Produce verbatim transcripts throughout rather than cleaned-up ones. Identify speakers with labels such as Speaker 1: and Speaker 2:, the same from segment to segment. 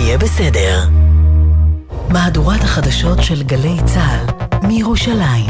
Speaker 1: יהיה בסדר. מהדורת החדשות של גלי צהל מירושלים.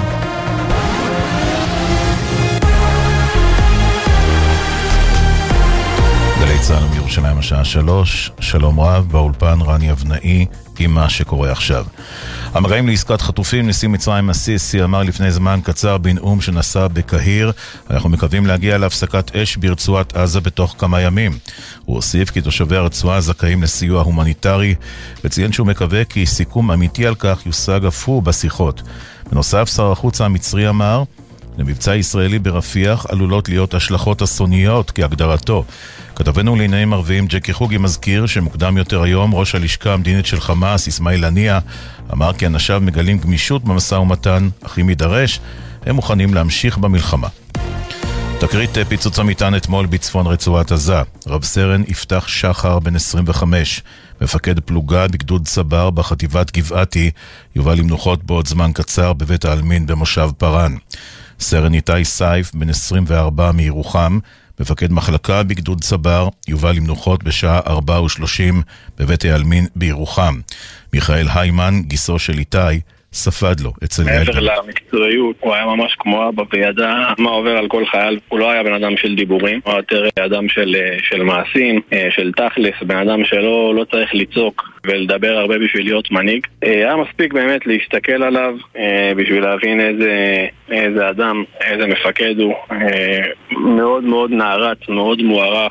Speaker 2: גלי צהל מירושלים השעה שלוש, שלום רב, באולפן רני אבנאי עם מה שקורה עכשיו. המגעים לעסקת חטופים, נשיא מצרים הסיסי אמר לפני זמן קצר בנאום שנשא בקהיר, אנחנו מקווים להגיע להפסקת אש ברצועת עזה בתוך כמה ימים. הוא הוסיף כי תושבי הרצועה זכאים לסיוע הומניטרי, וציין שהוא מקווה כי סיכום אמיתי על כך יושג אף הוא בשיחות. בנוסף, שר החוץ המצרי אמר, למבצע ישראלי ברפיח עלולות להיות השלכות אסוניות כהגדרתו. כתבנו לעניינים ערביים ג'קי חוגי מזכיר שמוקדם יותר היום ראש הלשכה המדינית של חמאס, אסמאעיל הנייה, אמר כי אנשיו מגלים גמישות במשא ומתן, אך אם יידרש, הם מוכנים להמשיך במלחמה. תקרית פיצוץ המטען אתמול בצפון רצועת עזה. רב סרן יפתח שחר בן עשרים וחמש, מפקד פלוגה בגדוד צבר בחטיבת גבעתי, יובא למנוחות בעוד זמן קצר בבית העלמין במושב פרן. סרן איתי סייף בן עשרים וארבע מירוחם, מפקד מחלקה בגדוד צבר, יובא למנוחות בשעה ארבע ושלושים בבית העלמין בירוחם. מיכאל היימן, גיסו של איתי, ספד לו אצל ילד.
Speaker 3: מעבר למקצועיות, הוא היה ממש כמו אבא וידע מה עובר על כל חייל. הוא לא היה בן אדם של דיבורים, הוא יותר אדם של, של מעשים, של תכלס, בן אדם שלא לא צריך לצעוק ולדבר הרבה בשביל להיות מנהיג. היה מספיק באמת להסתכל עליו בשביל להבין איזה, איזה אדם, איזה מפקד הוא. מאוד מאוד נערץ, מאוד מוערך.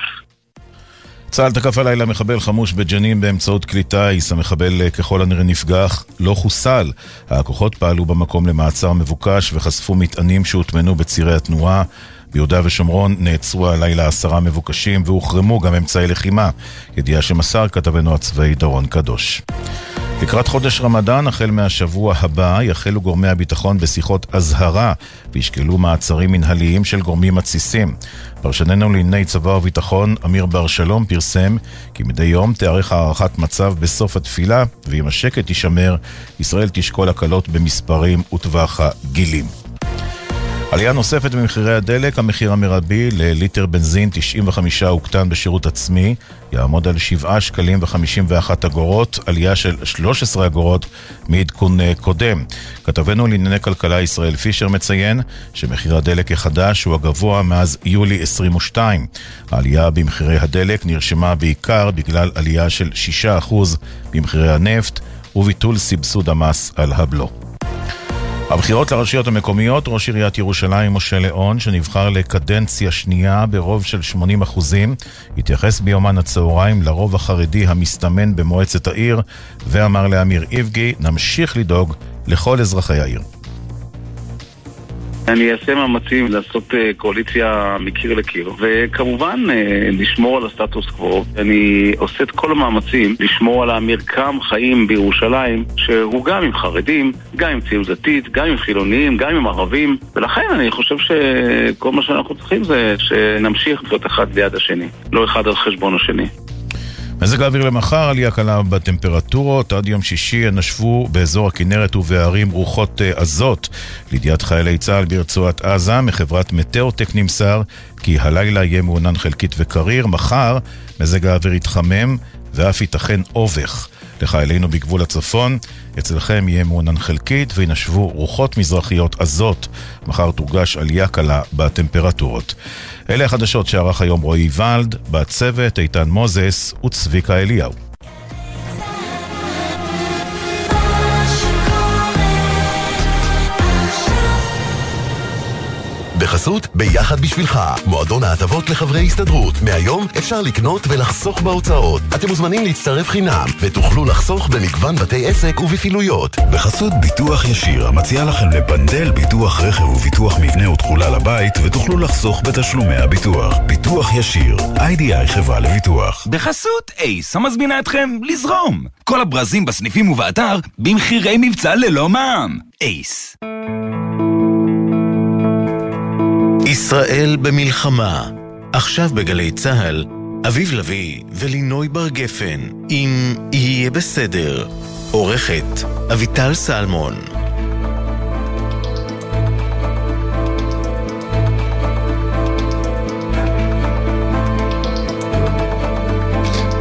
Speaker 2: צה"ל תקף הלילה מחבל חמוש בג'נין באמצעות כלי טיס. המחבל ככל הנראה נפגח, לא חוסל. הכוחות פעלו במקום למעצר מבוקש וחשפו מטענים שהוטמנו בצירי התנועה. ביהודה ושומרון נעצרו הלילה עשרה מבוקשים והוחרמו גם אמצעי לחימה. ידיעה שמסר כתבנו הצבאי דורון קדוש. לקראת חודש רמדאן, החל מהשבוע הבא, יחלו גורמי הביטחון בשיחות הזהרה וישקלו מעצרים מנהליים של גורמים מתסיסים. פרשננו לענייני צבא וביטחון, אמיר בר שלום, פרסם כי מדי יום תארך הערכת מצב בסוף התפילה, ואם השקט יישמר, ישראל תשקול הקלות במספרים וטווח הגילים. עלייה נוספת במחירי הדלק. המחיר המרבי לליטר בנזין תשעים וחמישה אוקטן בשירות עצמי יעמוד על שבעה שקלים וחמישים ואחת אגורות, עלייה של שלוש עשרה אגורות מעדכון קודם. כתבנו לענייני כלכלה ישראל פישר מציין שמחיר הדלק החדש הוא הגבוה מאז יולי עשרים ושתיים. העלייה במחירי הדלק נרשמה בעיקר בגלל עלייה של שישה אחוז במחירי הנפט וביטול סבסוד המס על הבלו. הבחירות לרשויות המקומיות, ראש עיריית ירושלים משה ליאון, שנבחר לקדנציה שנייה ברוב של שמונים אחוזים, התייחס ביומן הצהריים לרוב החרדי המסתמן במועצת העיר, ואמר לאמיר איבגי, נמשיך לדאוג לכל אזרחי העיר.
Speaker 4: אני אעשה מאמצים לעשות קואליציה מקיר לקיר, וכמובן לשמור על הסטטוס קוו. אני עושה את כל המאמצים לשמור על המרקם חיים בירושלים, שהוא גם עם חרדים, גם עם ציונות דתית, גם עם חילונים, גם עם ערבים, ולכן אני חושב שכל מה שאנחנו צריכים זה שנמשיך להיות אחד ליד השני, לא אחד על חשבון השני.
Speaker 2: מזג האוויר למחר, עלייה קלה בטמפרטורות, עד יום שישי נשבו באזור הכנרת ובערים רוחות עזות. לידיעת חיילי צה"ל ברצועת עזה, מחברת מטאוטק נמסר כי הלילה יהיה מעונן חלקית וקריר. מחר מזג האוויר יתחמם ואף ייתכן אובך. לחיילינו בגבול הצפון, אצלכם יהיה מעונן חלקית וינשבו רוחות מזרחיות עזות. מחר תורגש עלייה קלה בטמפרטורות. אלה החדשות שערך היום רועי ולד, בצוות איתן מוזס וצביקה אליהו.
Speaker 5: בחסות ביחד בשבילך, מועדון ההטבות לחברי הסתדרות. מהיום אפשר לקנות ולחסוך בהוצאות. אתם מוזמנים להצטרף חינם ותוכלו לחסוך במגוון בתי עסק ובפעילויות.
Speaker 6: בחסות ביטוח ישיר, המציע לכם לבנדל ביטוח רכב וביטוח מבנה ותכולה לבית, ותוכלו לחסוך בתשלומי הביטוח. ביטוח ישיר, איי די איי חברה לביטוח.
Speaker 7: בחסות אייס, המזמינה אתכם לזרום. כל הברזים בסניפים ובאתר במחירי מבצע ללא מע"מ. אייס.
Speaker 1: ישראל במלחמה. עכשיו בגלי צהל, אביב לוי ולינוי בר גפן עם יהיה בסדר. עורכת אביטל סלמון.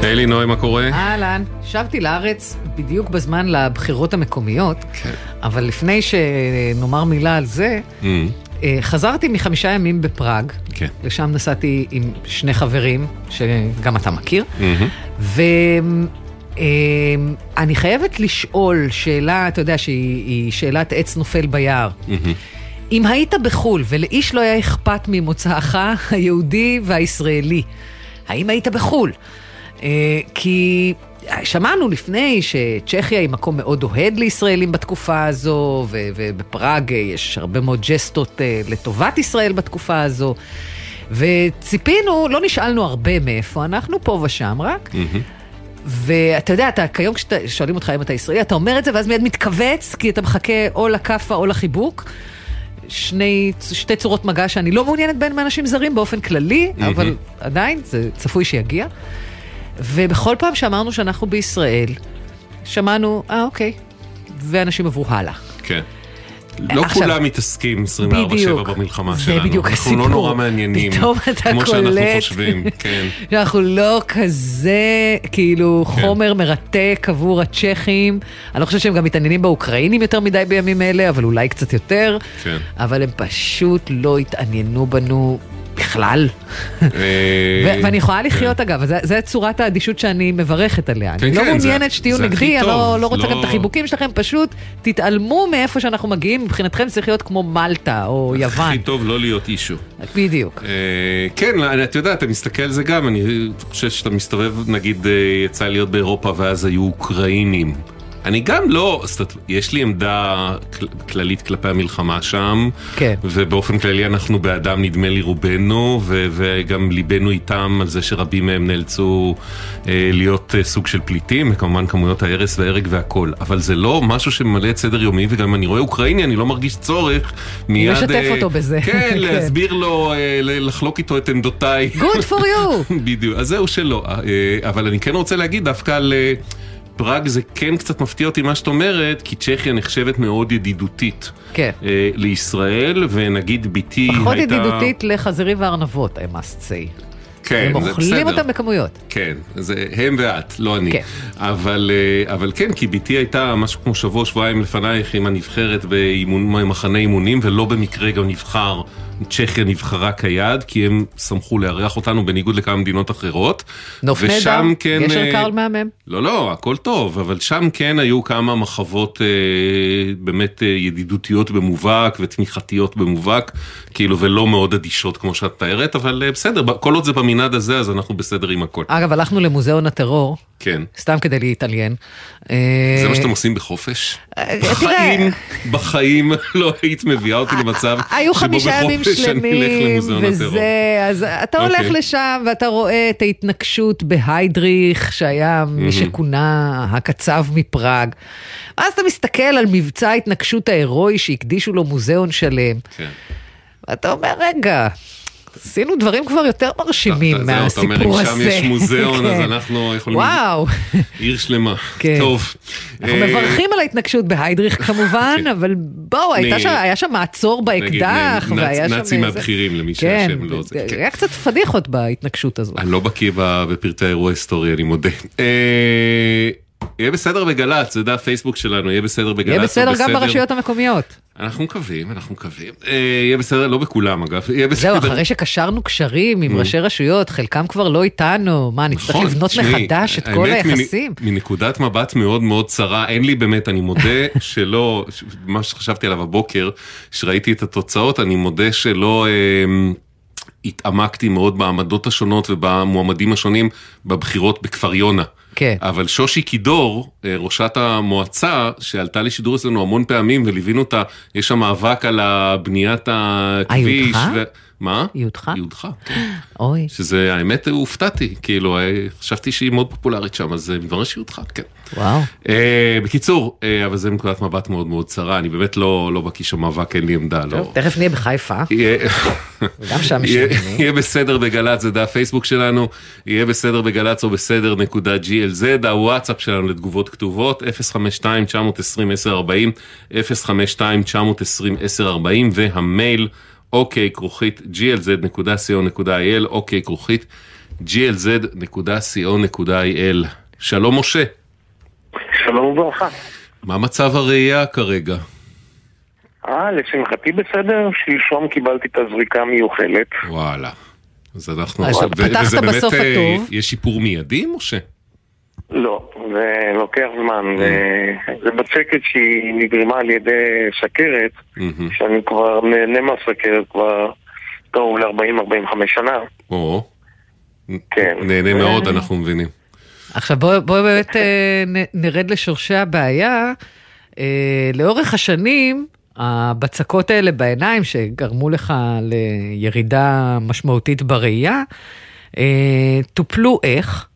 Speaker 8: אלי נוי, מה קורה?
Speaker 9: אהלן, שבתי לארץ בדיוק בזמן לבחירות המקומיות, כן. אבל לפני שנאמר מילה על זה, mm. חזרתי מחמישה ימים בפראג, כן. לשם נסעתי עם שני חברים, שגם אתה מכיר, mm-hmm. ואני חייבת לשאול שאלה, אתה יודע שהיא שאלת עץ נופל ביער. Mm-hmm. אם היית בחול ולאיש לא היה אכפת ממוצאך היהודי והישראלי, האם היית בחול? כי שמענו לפני שצ'כיה היא מקום מאוד אוהד לישראלים בתקופה הזו, ובפראג יש הרבה מאוד ג'סטות לטובת ישראל בתקופה הזו, וציפינו, לא נשאלנו הרבה מאיפה, אנחנו פה ושם רק, ואתה יודע, אתה, כיום כששואלים אותך אם אתה ישראלי, אתה אומר את זה ואז מיד מתכווץ, כי אתה מחכה או לקפה או לחיבוק, שני, שתי צורות מגע שאני לא מעוניינת בין מאנשים זרים באופן כללי, mm-hmm. אבל עדיין זה צפוי שיגיע. ובכל פעם שאמרנו שאנחנו בישראל, שמענו, אה אוקיי, ואנשים עברו הלאה. כן.
Speaker 8: לא עכשיו, כולם מתעסקים עשרים וארבע שבע במלחמה שלנו. זה בדיוק הסיפור. אנחנו לא נורא מעניינים.
Speaker 9: פתאום אתה
Speaker 8: כמו
Speaker 9: קולט.
Speaker 8: שאנחנו חושבים, כן.
Speaker 9: שאנחנו לא כזה, כאילו, כן. חומר מרתק עבור הצ'כים. אני לא חושבת שהם גם מתעניינים באוקראינים יותר מדי בימים אלה, אבל אולי קצת יותר. כן. אבל הם פשוט לא התעניינו בנו בכלל. ואני יכולה לחיות אגב, זה צורת האדישות שאני מברכת עליה. אני לא מעוניינת שתהיו נגדי, אני לא רוצה גם את החיבוקים שלכם, פשוט תתעלמו מאיפה שאנחנו מגיעים, מבחינתכם צריך להיות כמו מלטה או יוון.
Speaker 8: הכי טוב לא להיות אישו.
Speaker 9: בדיוק.
Speaker 8: כן, אתה יודע, אתה מסתכל על זה גם, אני חושב שאתה מסתובב, נגיד, יצא להיות באירופה ואז היו אוקראינים. אני גם לא, יש לי עמדה כללית כלפי המלחמה שם, כן. ובאופן כללי אנחנו באדם נדמה לי רובנו, ו- וגם ליבנו איתם על זה שרבים מהם נאלצו אה, להיות אה, סוג של פליטים, וכמובן כמויות ההרס וההרג והכל, אבל זה לא משהו שממלא את סדר יומי, וגם אני רואה אוקראיני, אני לא מרגיש צורך מיד...
Speaker 9: לשתף אה, אותו בזה.
Speaker 8: כן, להסביר לו, אה, לחלוק איתו את עמדותיי.
Speaker 9: Good for you!
Speaker 8: בדיוק, אז זהו שלא, אה, אבל אני כן רוצה להגיד דווקא על... אה, פראג זה כן קצת מפתיע אותי מה שאת אומרת, כי צ'כיה נחשבת מאוד ידידותית כן. אה, לישראל, ונגיד ביתי
Speaker 9: פחות הייתה... ידידותית לחזירים וארנבות, I must say.
Speaker 8: כן,
Speaker 9: הם אוכלים אותם בכמויות.
Speaker 8: כן, זה הם ואת, לא אני. כן. אבל, אבל כן, כי ביתי הייתה משהו כמו שבוע, שבועיים לפנייך עם הנבחרת במחנה אימונים, ולא במקרה גם נבחר, צ'כיה נבחרה כיד, כי הם שמחו לארח אותנו בניגוד לכמה מדינות אחרות.
Speaker 9: נוף נהדר, כן, גשר קרל מהמם.
Speaker 8: לא, לא, הכל טוב, אבל שם כן היו כמה מחוות אה, באמת אה, ידידותיות במובהק ותמיכתיות במובהק, כאילו ולא מאוד אדישות כמו שאת תארת, אבל אה, בסדר, כל עוד זה במנעד הזה, אז אנחנו בסדר עם הכל.
Speaker 9: אגב, הלכנו למוזיאון הטרור,
Speaker 8: כן.
Speaker 9: סתם כדי להתעניין.
Speaker 8: זה מה שאתם עושים בחופש? בחיים, בחיים לא היית מביאה אותי למצב שבו בחופש אני אלך למוזיאון הטרור.
Speaker 9: אז אתה הולך לשם ואתה רואה את ההתנגשות בהיידריך, שהיה מי שכונה הקצב מפראג. אז אתה מסתכל על מבצע ההתנגשות ההירואי שהקדישו לו מוזיאון שלם. ואתה אומר, רגע... עשינו דברים כבר יותר מרשימים מהסיפור הזה.
Speaker 8: אתה אומר, אם שם יש מוזיאון, אז אנחנו יכולים...
Speaker 9: וואו.
Speaker 8: עיר שלמה. טוב.
Speaker 9: אנחנו מברכים על ההתנגשות בהיידריך כמובן, אבל בואו, היה שם מעצור באקדח.
Speaker 8: נאצים מהבחירים למי שהשם לא זה.
Speaker 9: היה קצת פדיחות בהתנגשות הזאת.
Speaker 8: אני לא בקיא בפרטי האירוע היסטורי, אני מודה. יהיה בסדר בגלץ, זה דף פייסבוק שלנו, יהיה בסדר בגלץ.
Speaker 9: יהיה בסדר גם ברשויות המקומיות.
Speaker 8: אנחנו מקווים, אנחנו מקווים. יהיה בסדר, לא בכולם אגב.
Speaker 9: זהו, אחרי שקשרנו קשרים עם ראשי רשויות, חלקם כבר לא איתנו. מה, נצטרך לבנות מחדש את כל היחסים?
Speaker 8: מנקודת מבט מאוד מאוד צרה, אין לי באמת, אני מודה שלא, מה שחשבתי עליו הבוקר, שראיתי את התוצאות, אני מודה שלא... התעמקתי מאוד בעמדות השונות ובמועמדים השונים בבחירות בכפר יונה. כן. אבל שושי קידור, ראשת המועצה, שעלתה לשידור אצלנו המון פעמים וליווינו אותה, יש שם מאבק על הבניית הכביש.
Speaker 9: היודך?
Speaker 8: ו... מה?
Speaker 9: יהודך?
Speaker 8: יהודך, כן.
Speaker 9: אוי.
Speaker 8: שזה, האמת, הופתעתי, כאילו, חשבתי שהיא מאוד פופולרית שם, אז מתברר שיהודך, כן.
Speaker 9: וואו.
Speaker 8: אה, בקיצור, אה, אבל זה מנקודת מבט מאוד מאוד צרה, אני באמת לא, לא בקיא שם מאבק, אין לי עמדה, טוב, לא.
Speaker 9: תכף נהיה בחיפה. גם שם
Speaker 8: יהיה, יהיה בסדר בגלץ, זה דף פייסבוק שלנו, יהיה בסדר בגלץ או בסדר נקודה ג'י אל זד, הוואטסאפ שלנו לתגובות כתובות, אפס חמש שתיים תשע עשרים עשר ארבעים, אפס חמש שתיים תשע עשרים עשר ארבעים, והמייל, אוקיי, כרוכית, ג'י אל זד נקודה סי או נקודה איי אל, אוקיי, כרוכית, ג'י אל זד נקודה סי או נקודה איי אל. שלום משה.
Speaker 10: שלום וברכה.
Speaker 8: מה מצב הראייה כרגע?
Speaker 10: אה, לשמחתי בסדר, שלשום קיבלתי את הזריקה המיוחלת.
Speaker 8: וואלה. אז אנחנו...
Speaker 9: פתחת בסוף הטוב.
Speaker 8: יש שיפור מיידי, משה?
Speaker 10: לא, זה לוקח זמן. זה בצקת שהיא נגרמה על ידי סכרת, שאני כבר נהנה מהסכרת כבר קרוב ל-ארבעים ארבעים וחמש שנה.
Speaker 8: או,
Speaker 10: כן.
Speaker 8: נהנה מאוד, אנחנו מבינים.
Speaker 9: עכשיו בואו בוא באמת נרד לשורשי הבעיה. לאורך השנים, הבצקות האלה בעיניים שגרמו לך לירידה משמעותית בראייה, טופלו איך?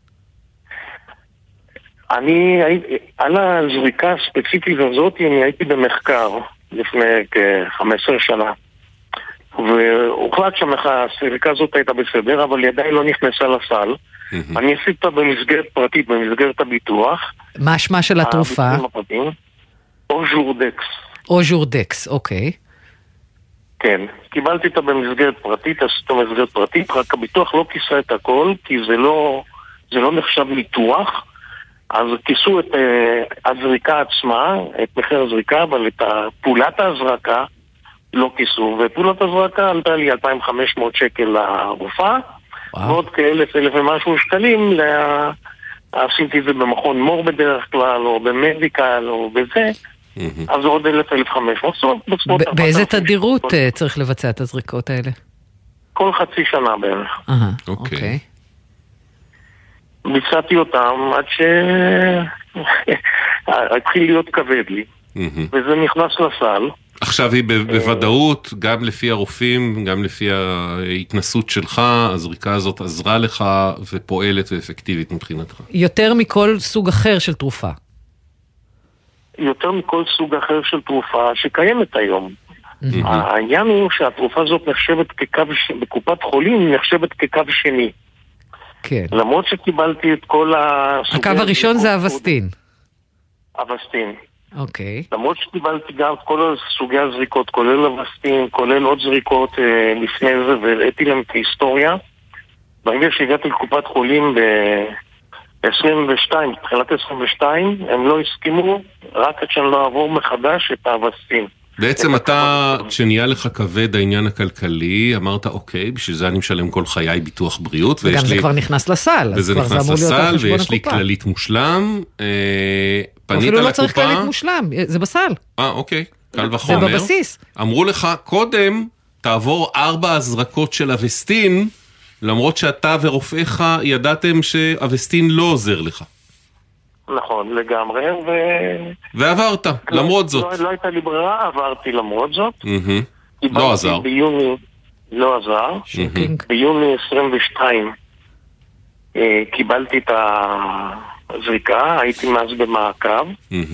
Speaker 10: אני, על הזריקה הספציפית הזאת, אני הייתי במחקר לפני כ-חמש עשרה שנה. והוחלט שהזריקה הזאת הייתה בסדר, אבל היא עדיין לא נכנסה לסל. אני עשיתי אותה במסגרת פרטית, במסגרת הביטוח.
Speaker 9: מה שמה של התרופה?
Speaker 10: אוז'ורדקס.
Speaker 9: אוז'ורדקס, אוקיי.
Speaker 10: כן, קיבלתי אותה במסגרת פרטית, עשיתי אותה במסגרת פרטית, רק הביטוח לא כיסה את הכל, כי זה לא, זה לא נחשב ניתוח. אז כיסו את uh, הזריקה עצמה, את מחיר הזריקה, אבל את פעולת ההזרקה לא כיסו. ופעולת ההזרקה עלתה לי אלפיים וחמש מאות שקל לרופאה, ועוד כאלף, אלף ומשהו שקלים, לה... עשיתי את זה במכון מור בדרך כלל, או במדיקל, או בזה, אז עוד אלף, אלף וחמש מאות.
Speaker 9: באיזה תדירות צריך לבצע את הזריקות האלה?
Speaker 10: כל חצי שנה בערך.
Speaker 9: אהה, אוקיי.
Speaker 10: ביצעתי אותם עד שהתחיל להיות כבד לי, וזה נכנס לסל.
Speaker 8: עכשיו היא בוודאות, גם לפי הרופאים, גם לפי ההתנסות שלך, הזריקה הזאת עזרה לך ופועלת ואפקטיבית מבחינתך.
Speaker 9: יותר מכל סוג אחר של תרופה.
Speaker 10: יותר מכל סוג אחר של תרופה שקיימת היום. העניין הוא שהתרופה הזאת נחשבת כקו, בקופת חולים נחשבת כקו שני.
Speaker 9: כן.
Speaker 10: למרות שקיבלתי את כל הסוגי...
Speaker 9: הקו הראשון זה אבסטין.
Speaker 10: אבסטין.
Speaker 9: אוקיי.
Speaker 10: למרות שקיבלתי גם כל סוגי הזריקות, כולל אבסטין, כולל עוד זריקות אה, לפני זה, והראיתי להם את ההיסטוריה. ברגע שהגעתי לקופת חולים ב-עשרים ושתיים, בתחילת עשרים ושתיים, הם לא הסכימו, רק עד שאני לא אעבור מחדש את האבסטין.
Speaker 8: בעצם אתה, כשנהיה לך כבד העניין הכלכלי, אמרת, אוקיי, בשביל זה אני משלם כל חיי ביטוח בריאות.
Speaker 9: וגם זה כבר נכנס לסל.
Speaker 8: וזה נכנס לסל, ויש לי כללית מושלם.
Speaker 9: אפילו לא צריך כללית מושלם, זה בסל.
Speaker 8: אה, אוקיי, קל וחומר.
Speaker 9: זה בבסיס.
Speaker 8: אמרו לך, קודם, תעבור ארבע הזרקות של אבסטין, למרות שאתה ורופאיך ידעתם שאבסטין לא עוזר לך.
Speaker 10: נכון, לגמרי, ו...
Speaker 8: ועברת, למרות זאת.
Speaker 10: לא הייתה לי ברירה, עברתי למרות זאת.
Speaker 8: לא עזר.
Speaker 10: ביוני, לא עזר. ביוני עשרים ושתיים קיבלתי את הזריקה, הייתי מאז במעקב.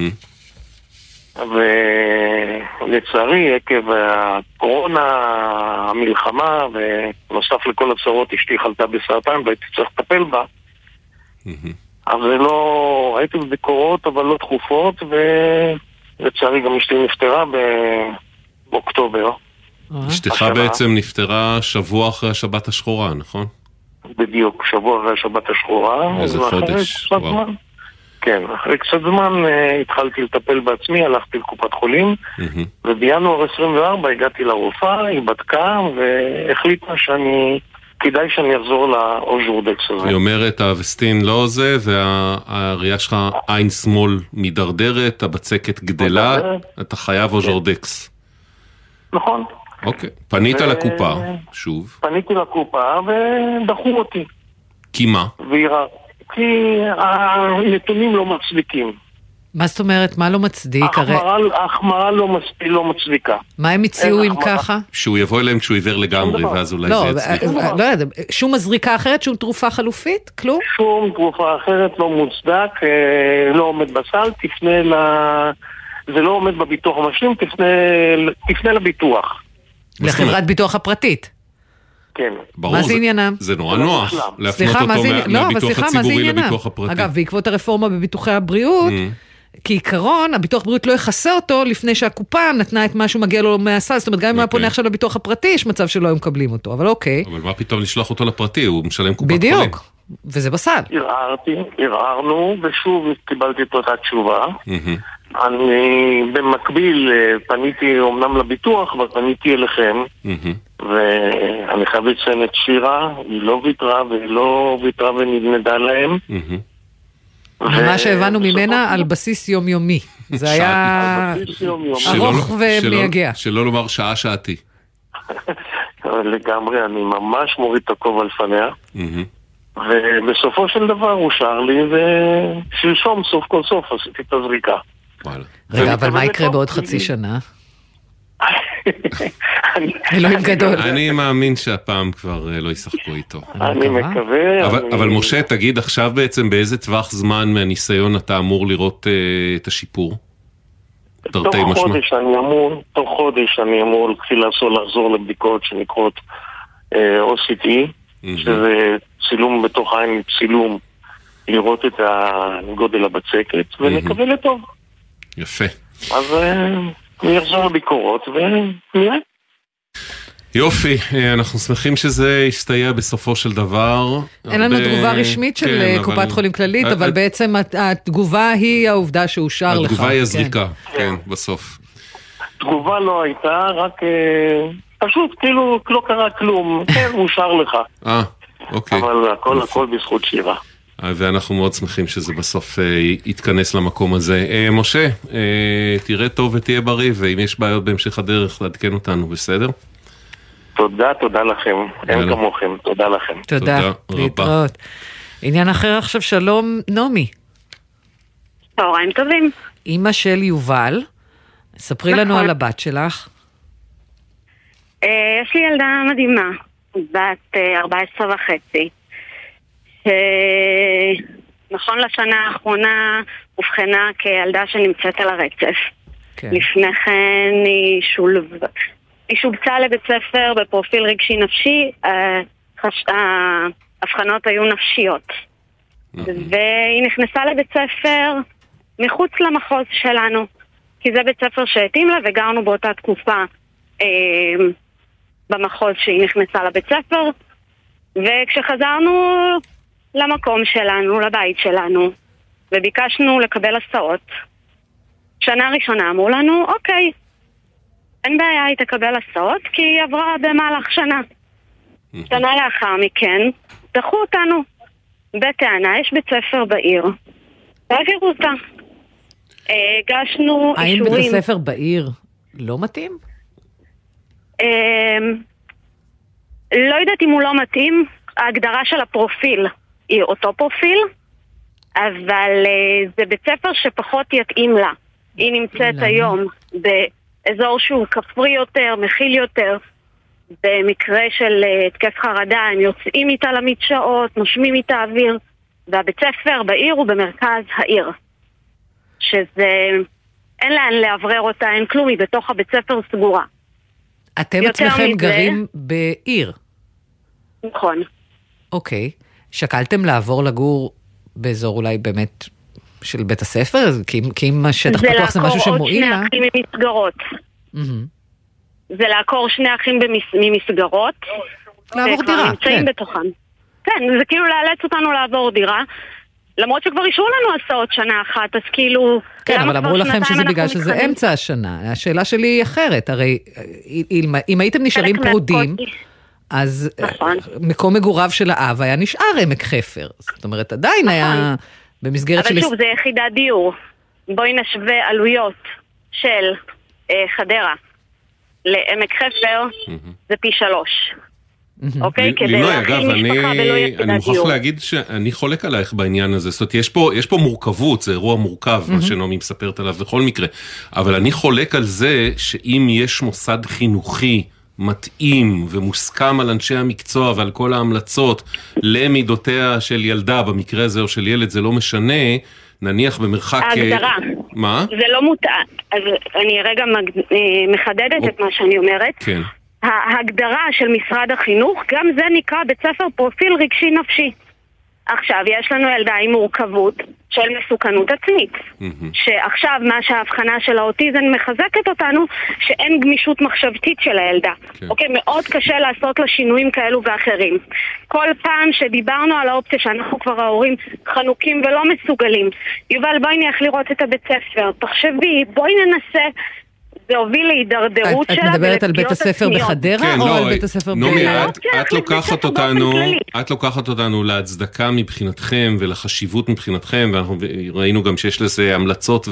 Speaker 10: ולצערי, עקב הקורונה, המלחמה, ונוסף לכל הצרות, אשתי חלתה בסרטן, והייתי צריך לטפל בה. אז זה לא, הייתי בביקורות, אבל לא תכופות, ולצערי גם אשתי נפטרה באוקטובר.
Speaker 8: אשתך בעצם נפטרה שבוע אחרי השבת השחורה, נכון?
Speaker 10: בדיוק, שבוע אחרי השבת השחורה.
Speaker 8: איזה חודש, וואו.
Speaker 10: כן, אחרי קצת זמן התחלתי לטפל בעצמי, הלכתי לקופת חולים, ובינואר עשרים וארבע הגעתי לרופאה, היא בדקה, והחליטה שאני... כדאי שאני אחזור לאוז'ורדקס הזה.
Speaker 8: היא אומרת, האבסטין לא זה, והראייה שלך עין שמאל מדרדרת, הבצקת גדלה, אתה חייב אוז'ורדקס.
Speaker 10: נכון.
Speaker 8: אוקיי, פנית לקופה, שוב.
Speaker 10: פניתי לקופה ודחו אותי.
Speaker 8: כי מה?
Speaker 10: כי הנתונים לא מצדיקים.
Speaker 9: מה זאת אומרת? מה לא מצדיק?
Speaker 10: ההחמרה לא מצדיקה.
Speaker 9: מה הם הציעו אם ככה?
Speaker 8: שהוא יבוא אליהם כשהוא עיוור לגמרי, ואז אולי זה יצליח.
Speaker 9: לא יודע, שום מזריקה אחרת, שום תרופה חלופית? כלום?
Speaker 10: שום תרופה אחרת לא מוצדק, לא עומד בסל, תפנה ל... זה לא עומד בביטוח המשלים, תפנה לביטוח.
Speaker 9: לחברת ביטוח הפרטית?
Speaker 10: כן.
Speaker 8: מה
Speaker 9: זה עניינם?
Speaker 8: זה נורא נוח להפנות אותו מהביטוח הציבורי לביטוח הפרטי.
Speaker 9: אגב, בעקבות הרפורמה בביטוחי הבריאות, כעיקרון, הביטוח בריאות לא יחסה אותו לפני שהקופה נתנה את מה שהוא מגיע לו מהסל, זאת אומרת, גם אם הוא פונה עכשיו לביטוח הפרטי, יש מצב שלא הם מקבלים אותו, אבל אוקיי.
Speaker 8: אבל מה פתאום לשלוח אותו לפרטי? הוא משלם קופת חולים.
Speaker 9: בדיוק, וזה בסל.
Speaker 10: ערערתי, ערערנו, ושוב קיבלתי את אותה תשובה. אני במקביל פניתי אומנם לביטוח, אבל פניתי אליכם, ואני חייב לציין את שירה, היא לא ויתרה, והיא לא ויתרה ונדנדה להם.
Speaker 9: ומה שהבנו ממנה על בסיס יומיומי. זה היה ארוך ומייגע.
Speaker 8: שלא לומר שעה שעתי.
Speaker 10: לגמרי, אני ממש מוריד את הכובע לפניה. ובסופו של דבר הוא שר לי, ושלשום סוף כל סוף עשיתי את הזריקה.
Speaker 9: רגע, אבל מה יקרה בעוד חצי שנה? אלוהים גדול.
Speaker 8: אני מאמין שהפעם כבר לא ישחקו איתו.
Speaker 10: אני מקווה.
Speaker 8: אבל משה, תגיד עכשיו בעצם באיזה טווח זמן מהניסיון אתה אמור לראות את השיפור?
Speaker 10: תוך חודש אני אמור, תוך חודש אני אמור להתחיל לחזור לבדיקות שנקראות או סי טי, שזה צילום בתוך העין, צילום, לראות את הגודל הבצקת, ונקווה לטוב.
Speaker 8: יפה.
Speaker 10: אז אני אחזור לביקורות ונראה.
Speaker 8: יופי, אנחנו שמחים שזה יסתייע בסופו של דבר.
Speaker 9: אין לנו תגובה רשמית של קופת חולים כללית, אבל בעצם התגובה היא העובדה שהוא שר לך.
Speaker 8: התגובה היא הזריקה, כן, בסוף.
Speaker 10: תגובה לא הייתה, רק פשוט כאילו לא קרה כלום, כן, הוא שר לך.
Speaker 8: אה, אוקיי.
Speaker 10: אבל הכל הכל בזכות שירה.
Speaker 8: ואנחנו מאוד שמחים שזה בסוף יתכנס למקום הזה. משה, תראה טוב ותהיה בריא, ואם יש בעיות בהמשך הדרך, לעדכן אותנו, בסדר?
Speaker 10: תודה, תודה לכם. אין כמוכם, תודה לכם.
Speaker 9: תודה, להתראות. עניין אחר עכשיו, שלום, נעמי.
Speaker 11: צהריים טובים.
Speaker 9: אמא של יובל, ספרי לנו על הבת שלך.
Speaker 11: יש לי ילדה מדהימה, בת ארבע עשרה וחצי. נכון לשנה האחרונה הובחנה כילדה שנמצאת על הרצף. כן. לפני כן היא שולב... היא שובצה לבית ספר בפרופיל רגשי נפשי, ההבחנות היו נפשיות. והיא נכנסה לבית ספר מחוץ למחוז שלנו, כי זה בית ספר שהתאים לה, וגרנו באותה תקופה במחוז שהיא נכנסה לבית ספר, וכשחזרנו למקום שלנו, לבית שלנו, וביקשנו לקבל הסעות, שנה ראשונה אמרו לנו, אוקיי, אין בעיה, היא תקבל הסעות, כי היא עברה במהלך שנה. שנה לאחר מכן, דחו אותנו. בטענה, יש בית ספר בעיר. תעבירו אותה. הגשנו
Speaker 9: האם
Speaker 11: אישורים...
Speaker 9: בית הספר בעיר לא מתאים?
Speaker 11: לא יודעת אם הוא לא מתאים. ההגדרה של הפרופיל היא אותו פרופיל, אבל זה בית ספר שפחות יתאים לה. היא נמצאת היום ב... אזור שהוא כפרי יותר, מכיל יותר. במקרה של התקף חרדה, הם יוצאים איתה למדשאות, נושמים איתה אוויר, והבית ספר בעיר הוא במרכז העיר. שזה, אין לאן לעברר אותה, אין כלום, היא בתוך הבית ספר סגורה.
Speaker 9: אתם עצמכם מזה, גרים בעיר?
Speaker 11: נכון.
Speaker 9: אוקיי. שקלתם לעבור לגור באזור אולי באמת... של בית הספר? כי, כי אם השטח פתוח זה משהו שמועיל לה?
Speaker 11: זה לעקור עוד שני אחים ממסגרות. Mm-hmm. זה לעקור שני אחים במס, ממסגרות.
Speaker 9: לעבור דירה,
Speaker 11: נמצאים
Speaker 9: כן.
Speaker 11: בתוכם. כן, זה כאילו לאלץ אותנו לעבור דירה. למרות שכבר אישרו לנו הסעות שנה אחת, אז כאילו...
Speaker 9: כן, אבל אמרו לכם שזה בגלל שזה מתחדים. אמצע השנה. השאלה שלי היא אחרת. הרי אם, אם הייתם נשארים פרודים, אז נכון. מקום מגוריו של האב היה נשאר עמק חפר. זאת אומרת, עדיין נכון. היה... במסגרת
Speaker 11: אבל
Speaker 9: של...
Speaker 11: שוב, זה יחידת דיור. בואי נשווה עלויות של אה, חדרה לעמק חפר, mm-hmm. זה פי שלוש. Mm-hmm. אוקיי? כדי להכיל משפחה ולא יחידת דיור.
Speaker 8: אני מוכרח להגיד שאני חולק עלייך בעניין הזה. זאת אומרת, יש פה, יש פה מורכבות, זה אירוע מורכב, mm-hmm. מה שנעמי מספרת עליו בכל מקרה. אבל אני חולק על זה שאם יש מוסד חינוכי, מתאים ומוסכם על אנשי המקצוע ועל כל ההמלצות למידותיה של ילדה, במקרה הזה או של ילד, זה לא משנה, נניח במרחק...
Speaker 11: ההגדרה.
Speaker 8: מה?
Speaker 11: זה לא מותאם. אז אני רגע מחדדת או... את מה שאני אומרת.
Speaker 8: כן.
Speaker 11: ההגדרה של משרד החינוך, גם זה נקרא בית ספר פרופיל רגשי נפשי. עכשיו, יש לנו ילדה עם מורכבות של מסוכנות עצמית. שעכשיו, מה שההבחנה של האוטיזם מחזקת אותנו, שאין גמישות מחשבתית של הילדה. אוקיי, מאוד קשה לעשות לה שינויים כאלו ואחרים. כל פעם שדיברנו על האופציה שאנחנו כבר ההורים חנוקים ולא מסוגלים, יובל, בואי נלך לראות את הבית ספר, תחשבי, בואי ננסה... זה הוביל להידרדרות שלה.
Speaker 9: את מדברת על בית הספר בחדרה או על בית הספר באילת?
Speaker 8: את לוקחת אותנו, את לוקחת אותנו להצדקה מבחינתכם ולחשיבות מבחינתכם, ואנחנו ראינו גם שיש לזה המלצות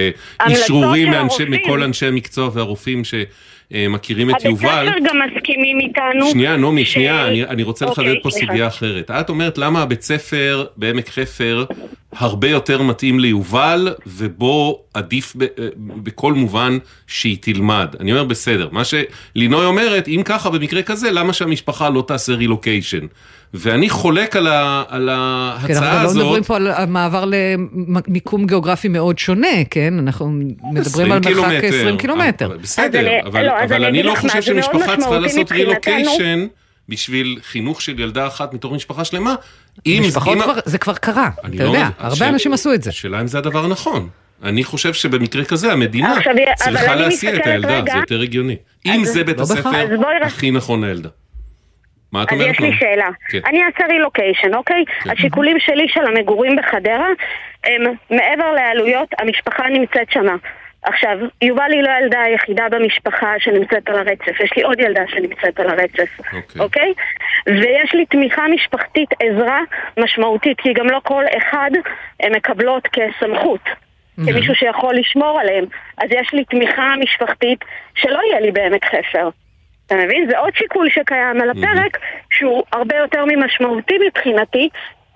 Speaker 8: ואישורים מכל אנשי המקצוע והרופאים שמכירים את יובל.
Speaker 11: הבית הספר גם מסכימים איתנו.
Speaker 8: שנייה, נומי, שנייה, אני רוצה לחדד פה סוגיה אחרת. את אומרת למה הבית ספר בעמק חפר הרבה יותר מתאים ליובל, ובו עדיף ב, בכל מובן שהיא תלמד. אני אומר בסדר. מה שלינוי אומרת, אם ככה במקרה כזה, למה שהמשפחה לא תעשה רילוקיישן? ואני חולק על, ה, על ההצעה
Speaker 9: כן, אנחנו
Speaker 8: הזאת.
Speaker 9: לא מדברים פה על מעבר למיקום גיאוגרפי מאוד שונה, כן? אנחנו מדברים על מרחק עשרים קילומטר.
Speaker 8: בסדר, אבל, אבל, אבל אני לא חושב שמשפחה צריכה לעשות רילוקיישן, בשביל חינוך של ילדה אחת מתוך משפחה שלמה.
Speaker 9: משפחות כבר, זה כבר קרה, אתה יודע, הרבה אנשים עשו את זה.
Speaker 8: השאלה אם זה הדבר נכון. אני חושב שבמקרה כזה המדינה צריכה להסיע את הילדה, זה יותר הגיוני. אם זה בית הספר הכי נכון לילדה. מה את אומרת?
Speaker 11: אז יש לי שאלה. אני אעשה רילוקיישן, אוקיי? השיקולים שלי של המגורים בחדרה, הם מעבר לעלויות, המשפחה נמצאת שמה. עכשיו, יובל היא לא ילדה היחידה במשפחה שנמצאת על הרצף. יש לי עוד ילדה שנמצאת על הרצף. אוקיי? אוקיי? ויש לי תמיכה משפחתית, עזרה משמעותית, כי גם לא כל אחד הם מקבלות כסמכות, כמישהו שיכול לשמור עליהם. אז יש לי תמיכה משפחתית שלא יהיה לי בעמק חפר. אתה מבין? זה עוד שיקול שקיים על הפרק, שהוא הרבה יותר ממשמעותי מבחינתי,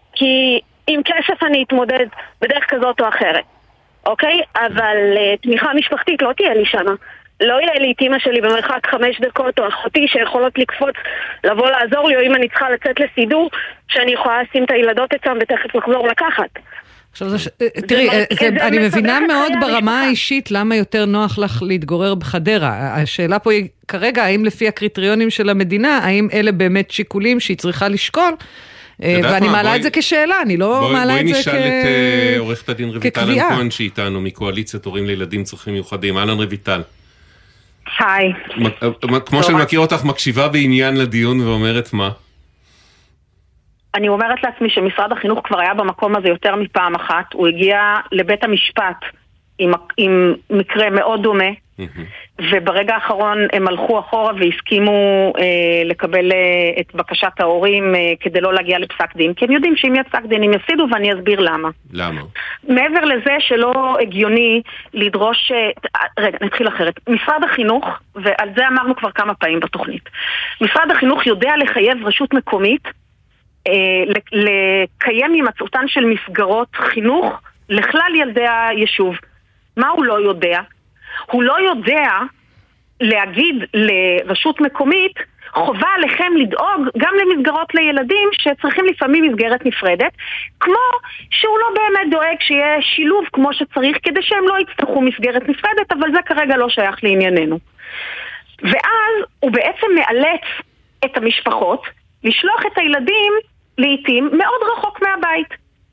Speaker 11: כי עם כסף אני אתמודד בדרך כזאת או אחרת. אוקיי? אבל uh, תמיכה משפחתית לא תהיה לי שמה. לא יהיה לי את אמא שלי במרחק חמש דקות, או אחותי שיכולות לקפוץ, לבוא לעזור לי, או אם אני צריכה לצאת לסידור, שאני יכולה לשים את הילדות אצלם ותכף לחזור לקחת.
Speaker 9: עכשיו, תראי, אני מבינה מאוד ברמה האישית למה יותר נוח לך להתגורר בחדרה. השאלה פה היא כרגע, האם לפי הקריטריונים של המדינה, האם אלה באמת שיקולים שהיא צריכה לשקול, ואני מעלה את זה כשאלה, אני לא מעלה את זה כקביעה. בואי נשאל את
Speaker 8: עורכת הדין רויטל אנקון שאיתנו, מקואליציית הורים לילדים צרכים מיוחדים. אהלן רויטל.
Speaker 12: היי.
Speaker 8: כמו שאני מכיר אותך, מקשיבה בעניין לדיון ואומרת מה?
Speaker 12: אני אומרת לעצמי שמשרד החינוך כבר היה במקום הזה יותר מפעם אחת. הוא הגיע לבית המשפט עם, עם מקרה מאוד דומה, וברגע האחרון הם הלכו אחורה והסכימו אה, לקבל אה, את בקשת ההורים אה, כדי לא להגיע לפסק דין, כי הם יודעים שאם יהיה פסק דין הם יפסידו, ואני אסביר למה.
Speaker 8: למה?
Speaker 12: מעבר לזה שלא הגיוני לדרוש, אה, רגע, נתחיל אחרת. משרד החינוך, ועל זה אמרנו כבר כמה פעמים בתוכנית, משרד החינוך יודע לחייב רשות מקומית אה, לקיים הימצאותן של מסגרות חינוך לכלל ילדי היישוב. מה הוא לא יודע? הוא לא יודע להגיד לרשות מקומית, חובה עליכם לדאוג גם למסגרות לילדים שצריכים לפעמים מסגרת נפרדת, כמו שהוא לא באמת דואג שיהיה שילוב כמו שצריך, כדי שהם לא יצטרכו מסגרת נפרדת, אבל זה כרגע לא שייך לענייננו. ואז הוא בעצם מאלץ את המשפחות לשלוח את הילדים לעתים מאוד רחוק מהבית.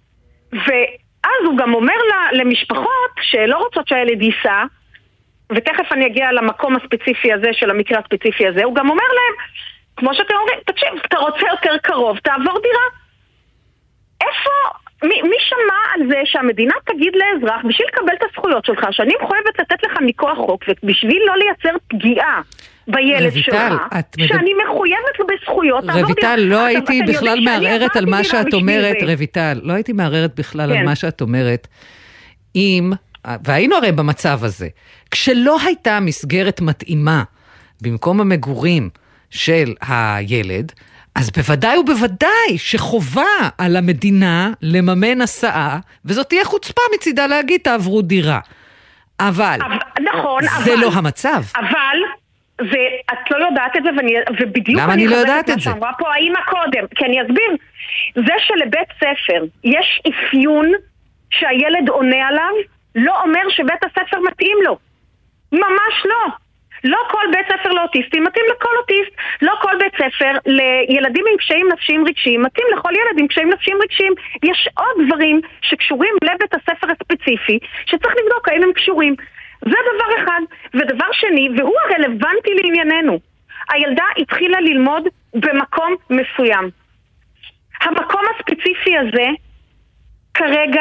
Speaker 12: ואז הוא גם אומר למשפחות שלא רוצות שהילד ייסע, ותכף אני אגיע למקום הספציפי הזה של המקרה הספציפי הזה, הוא גם אומר להם, כמו שאתם אומרים, תקשיב, אתה רוצה יותר קרוב, תעבור דירה. איפה, מי, מי שמע על זה שהמדינה תגיד לאזרח, בשביל לקבל את הזכויות שלך, שאני מחויבת לתת לך מכוח חוק, ובשביל לא לייצר פגיעה בילד שלך, שאני מחויבת בזכויות,
Speaker 9: רויטל, לא הייתי בכלל מערערת על מה שאת אומרת, רויטל, לא הייתי מערערת בכלל על מה שאת אומרת, אם... והיינו הרי במצב הזה, כשלא הייתה מסגרת מתאימה במקום המגורים של הילד, אז בוודאי ובוודאי שחובה על המדינה לממן הסעה, וזאת תהיה חוצפה מצידה להגיד תעברו דירה. אבל,
Speaker 12: נכון,
Speaker 9: זה
Speaker 12: אבל,
Speaker 9: לא המצב.
Speaker 12: אבל, ואת לא יודעת את זה, ואני, ובדיוק
Speaker 9: למה אני לא יודעת את זה?
Speaker 12: שאמרה פה האמא קודם, כי אני אסביר, זה שלבית ספר יש אפיון שהילד עונה עליו, לא אומר שבית הספר מתאים לו. ממש לא. לא כל בית ספר לאוטיסטים מתאים לכל אוטיסט. לא כל בית ספר לילדים עם קשיים נפשיים רגשיים מתאים לכל ילד עם קשיים נפשיים רגשיים. יש עוד דברים שקשורים לבית הספר הספציפי שצריך לבדוק האם הם קשורים. זה דבר אחד. ודבר שני, והוא הרלוונטי לענייננו, הילדה התחילה ללמוד במקום מסוים. המקום הספציפי הזה כרגע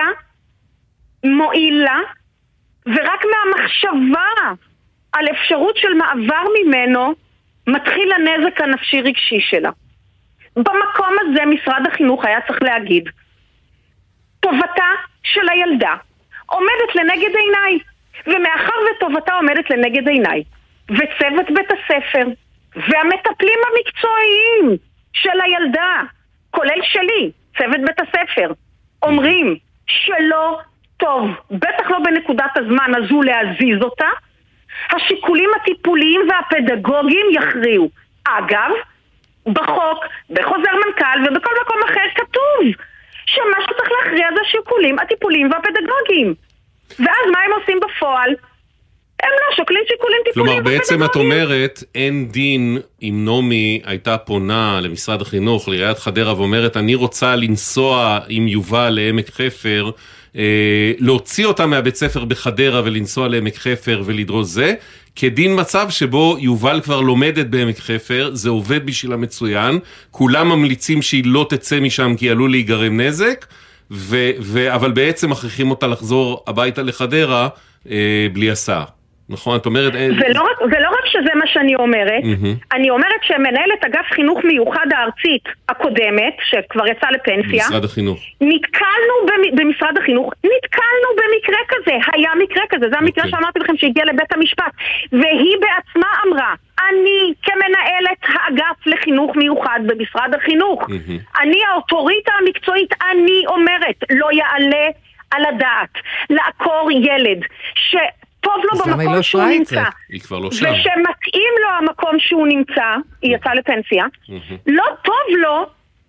Speaker 12: מועיל לה, ורק מהמחשבה על אפשרות של מעבר ממנו מתחיל הנזק הנפשי רגשי שלה. במקום הזה משרד החינוך היה צריך להגיד, טובתה של הילדה עומדת לנגד עיניי, ומאחר וטובתה עומדת לנגד עיניי, וצוות בית הספר והמטפלים המקצועיים של הילדה, כולל שלי, צוות בית הספר, אומרים שלא טוב, בטח לא בנקודת הזמן הזו להזיז אותה, השיקולים הטיפוליים והפדגוגיים יכריעו. אגב, בחוק, בחוזר מנכ"ל ובכל מקום אחר כתוב שמה שצריך להכריע זה השיקולים הטיפוליים והפדגוגיים. ואז מה הם עושים בפועל? הם לא שוקלים שיקולים טיפוליים
Speaker 8: ופדגוגיים. כלומר, בעצם את אומרת, אין דין אם נומי הייתה פונה למשרד החינוך, לעיריית חדרה, ואומרת, אני רוצה לנסוע עם יובל לעמק חפר, להוציא אותה מהבית ספר בחדרה ולנסוע לעמק חפר ולדרוס זה, כדין מצב שבו יובל כבר לומדת בעמק חפר, זה עובד בשביל המצוין, כולם ממליצים שהיא לא תצא משם כי עלול להיגרם נזק, ו- ו- אבל בעצם מכריחים אותה לחזור הביתה לחדרה אה, בלי הסעה. נכון, את אומרת...
Speaker 12: ולא רק, ולא רק שזה מה שאני אומרת, mm-hmm. אני אומרת שמנהלת אגף חינוך מיוחד הארצית הקודמת, שכבר יצאה לפנסיה,
Speaker 8: משרד החינוך.
Speaker 12: נתקלנו במשרד החינוך, נתקלנו במקרה כזה, היה מקרה כזה, זה המקרה okay. שאמרתי לכם שהגיע לבית המשפט, והיא בעצמה אמרה, אני כמנהלת האגף לחינוך מיוחד במשרד החינוך, mm-hmm. אני האוטוריטה המקצועית, אני אומרת, לא יעלה על הדעת, לעקור ילד, ש... טוב לו במקום
Speaker 9: לא
Speaker 12: שהוא נמצא,
Speaker 8: היא כבר לא שם.
Speaker 12: ושמתאים לו המקום שהוא נמצא, היא יצאה לפנסיה, לא טוב לו,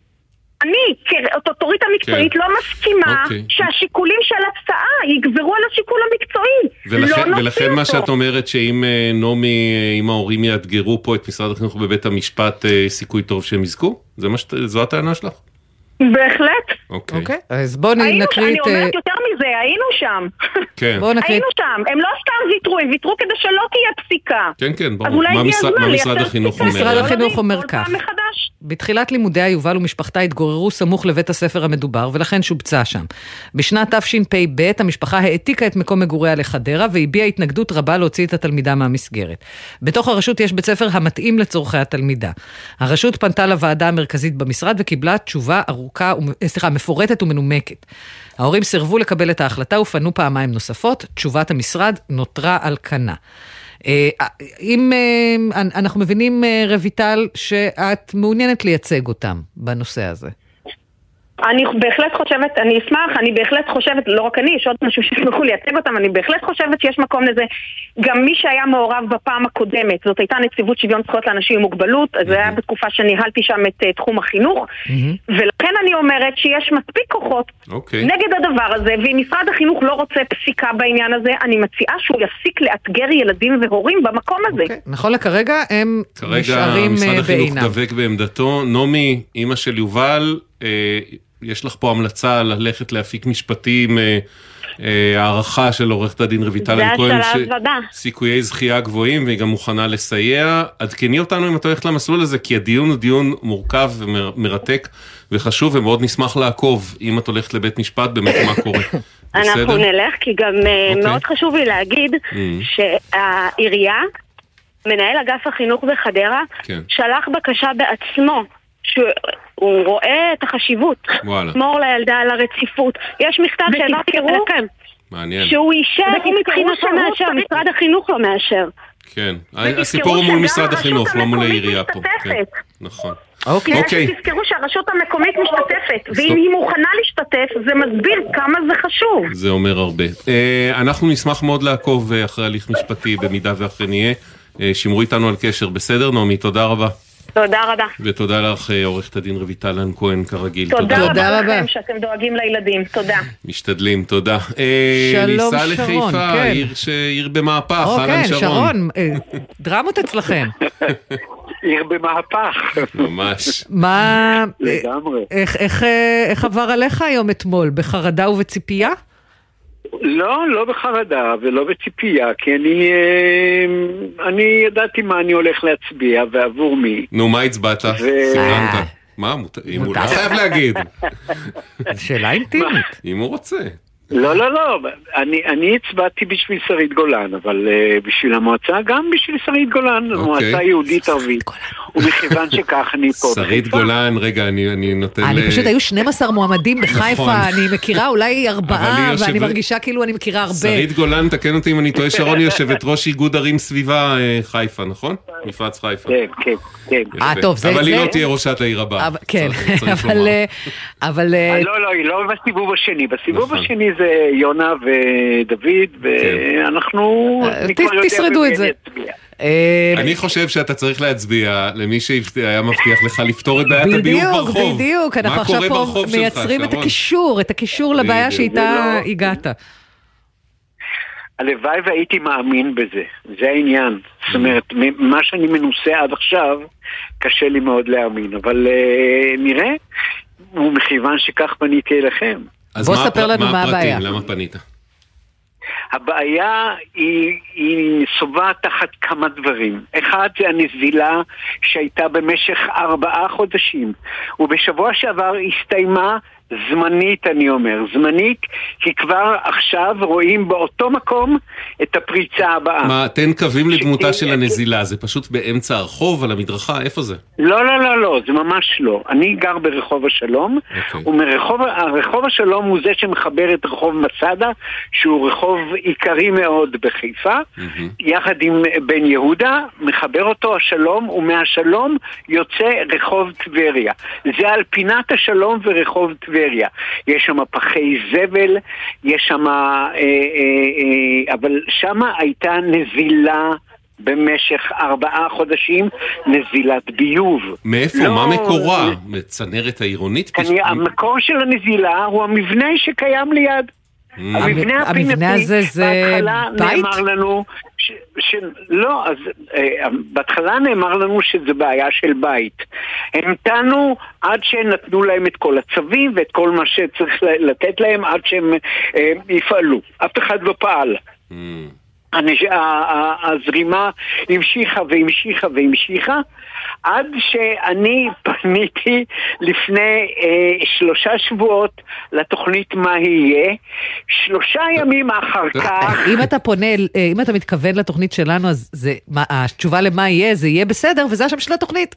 Speaker 12: אני כאוטוריט המקצועית לא מסכימה שהשיקולים של הצעה יגזרו על השיקול המקצועי.
Speaker 8: ולכן מה שאת אומרת שאם נומי, אם ההורים יאתגרו פה את משרד החינוך בבית המשפט, סיכוי טוב שהם יזכו? זו הטענה שלך?
Speaker 12: בהחלט.
Speaker 9: אוקיי, אז בואו נקריא את...
Speaker 12: אני אומרת יותר מזה, היינו שם.
Speaker 8: כן.
Speaker 12: היינו שם, הם לא סתם ויתרו, הם ויתרו כדי שלא תהיה פסיקה.
Speaker 8: כן, כן, ברור. מה משרד החינוך אומר?
Speaker 9: משרד החינוך אומר כך. בתחילת לימודיה יובל ומשפחתה התגוררו סמוך לבית הספר המדובר, ולכן שובצה שם. בשנת תשפ"ב המשפחה העתיקה את מקום מגוריה לחדרה, והביעה התנגדות רבה להוציא את התלמידה מהמסגרת. בתוך הרשות יש בית ספר המתאים לצורכי התלמידה. הרשות פנתה לוועדה המרכזית במשרד וקיבלה תשובה ארוכה, סליחה, מפורטת ומנומקת. ההורים סירבו לקבל את ההחלטה ופנו פעמיים נוספות, תשובת המשרד נותרה על כנה. אם אנחנו מבינים, רויטל, שאת מעוניינת לייצג אותם בנושא הזה.
Speaker 12: אני בהחלט חושבת, אני אשמח, אני בהחלט חושבת, לא רק אני, יש עוד משהו שישמחו לייצג אותם, אני בהחלט חושבת שיש מקום לזה. גם מי שהיה מעורב בפעם הקודמת, זאת הייתה נציבות שוויון זכויות לאנשים עם מוגבלות, אז זה היה בתקופה שניהלתי שם את תחום החינוך, ולכן אני אומרת שיש מספיק כוחות נגד הדבר הזה, ואם משרד החינוך לא רוצה פסיקה בעניין הזה, אני מציעה שהוא יפסיק לאתגר ילדים והורים במקום הזה.
Speaker 9: נכון לכרגע, הם נשארים בעינם.
Speaker 8: כרגע משרד החינוך דבק בעמדתו. נומי, אמא של יובל, יש לך פה המלצה ללכת להפיק משפטים, הערכה של עורכת הדין רויטל כהן, סיכויי זכייה גבוהים, והיא גם מוכנה לסייע. עדכני אותנו אם את הולכת למסלול הזה, כי הדיון הוא דיון מורכב ומרתק וחשוב, ומאוד נשמח לעקוב אם את הולכת לבית משפט, באמת מה קורה.
Speaker 11: אנחנו נלך, כי גם מאוד חשוב לי להגיד שהעירייה, מנהל אגף החינוך בחדרה, שלח בקשה בעצמו, שהוא רואה את החשיבות, מור לילדה על הרציפות. יש מכתב שהעברתי אליכם, שהוא אישר, הוא מבחינת שמאשר, משרד החינוך לא מאשר.
Speaker 8: כן, הסיפור הוא מול משרד החינוך, לא מול העירייה פה. נכון.
Speaker 12: אוקיי. תזכרו שהרשות המקומית משתתפת, ואם היא מוכנה להשתתף, זה מסביר כמה זה חשוב.
Speaker 8: זה אומר הרבה. אנחנו נשמח מאוד לעקוב אחרי הליך משפטי, במידה ואכן נהיה. שמרו איתנו על קשר. בסדר, נעמי, תודה רבה.
Speaker 11: תודה רבה.
Speaker 8: ותודה לך, עורכת הדין רויטל לן כהן, כרגיל.
Speaker 11: תודה, תודה רבה לכם שאתם דואגים לילדים, תודה.
Speaker 8: משתדלים, תודה.
Speaker 9: שלום
Speaker 8: ניסה
Speaker 9: שרון,
Speaker 8: לחיפה,
Speaker 9: כן.
Speaker 8: עיר, עיר במהפך,
Speaker 9: או,
Speaker 8: אהלן
Speaker 9: כן,
Speaker 8: שרון.
Speaker 9: שרון, דרמות אצלכם.
Speaker 10: עיר במהפך.
Speaker 8: ממש.
Speaker 9: מה,
Speaker 10: לגמרי.
Speaker 9: איך, איך, איך עבר עליך היום אתמול? בחרדה ובציפייה?
Speaker 10: לא, לא בחרדה ולא בציפייה, כי אני, אני ידעתי מה אני הולך להצביע ועבור מי.
Speaker 8: נו, מה הצבעת? סימנת. מה? אם הוא לא חייב להגיד.
Speaker 9: שאלה אינטימית.
Speaker 8: אם הוא רוצה.
Speaker 10: לא, לא, לא, אני, אני הצבעתי בשביל שרית גולן, אבל uh, בשביל המועצה גם בשביל שרית גולן, okay. מועצה יהודית ערבית, ומכיוון שכך אני פה.
Speaker 8: שרית גולן, רגע, אני, אני נותן...
Speaker 9: אני
Speaker 8: ל...
Speaker 9: פשוט, היו שנים עשר מועמדים בחיפה,
Speaker 8: נכון.
Speaker 9: אני מכירה אולי ארבעה,
Speaker 8: יושב...
Speaker 9: ואני מרגישה כאילו אני מכירה הרבה.
Speaker 8: שרית גולן, תקן אותי אם אני טועה, שרון היא יושבת ראש איגוד ערים סביבה חיפה, נכון? מפרץ חיפה.
Speaker 10: כן, כן, כן.
Speaker 9: אה, טוב, זה...
Speaker 8: אבל
Speaker 9: זה...
Speaker 8: היא לא תהיה ראשת העיר הבאה.
Speaker 9: כן, אבל... אבל...
Speaker 10: לא, לא, היא לא בסיבוב השני. בסיבוב השני זה יונה ודוד, ואנחנו...
Speaker 9: תשרדו את זה.
Speaker 8: אני חושב שאתה צריך להצביע למי שהיה מבטיח לך לפתור את בעיית הביוב ברחוב.
Speaker 9: בדיוק, בדיוק. אנחנו עכשיו פה מייצרים את הקישור, את הקישור לבעיה שאיתה הגעת.
Speaker 10: הלוואי והייתי מאמין בזה, זה העניין. זאת אומרת, מה שאני מנוסה עד עכשיו, קשה לי מאוד להאמין, אבל נראה, ומכיוון שכך פניתי אליכם.
Speaker 9: בוא ספר לנו מה הבעיה.
Speaker 8: למה פנית?
Speaker 10: הבעיה היא, היא סובה תחת כמה דברים. אחד זה הנזילה שהייתה במשך ארבעה חודשים, ובשבוע שעבר הסתיימה זמנית, אני אומר, זמנית, כי כבר עכשיו רואים באותו מקום את הפריצה הבאה.
Speaker 8: מה, תן קווים לדמותה של הנזילה, זה פשוט באמצע הרחוב, על המדרכה, איפה זה?
Speaker 10: לא, לא, לא, לא, זה ממש לא. אני גר ברחוב השלום, ומרחוב השלום הוא זה שמחבר את רחוב מסדה, שהוא רחוב עיקרי מאוד בחיפה, יחד עם בן יהודה, מחבר אותו השלום, ומהשלום יוצא רחוב טבריה. זה על פינת השלום ורחוב טבריה. יש שם פחי זבל, יש שם, אה, אה, אה, אבל שם הייתה נזילה במשך ארבעה חודשים, נזילת ביוב.
Speaker 8: מאיפה? לא, מה מקורה? מצנרת העירונית?
Speaker 10: כני, המקור של הנזילה הוא המבנה שקיים ליד.
Speaker 9: Mm. המבנה הפינתי. המבנה הזה זה בית?
Speaker 10: נאמר לנו ש, ש, לא, אז אה, בהתחלה נאמר לנו שזה בעיה של בית. המתנו עד שנתנו להם את כל הצווים ואת כל מה שצריך לתת להם עד שהם אה, יפעלו. אף אחד לא פעל. Mm. הזרימה המשיכה והמשיכה והמשיכה עד שאני פניתי לפני אה, שלושה שבועות לתוכנית מה יהיה, שלושה ימים אחר כך...
Speaker 9: אם אתה פונה, אם אתה מתכוון לתוכנית שלנו, אז זה, מה, התשובה למה יהיה, זה יהיה בסדר, וזה השם של התוכנית.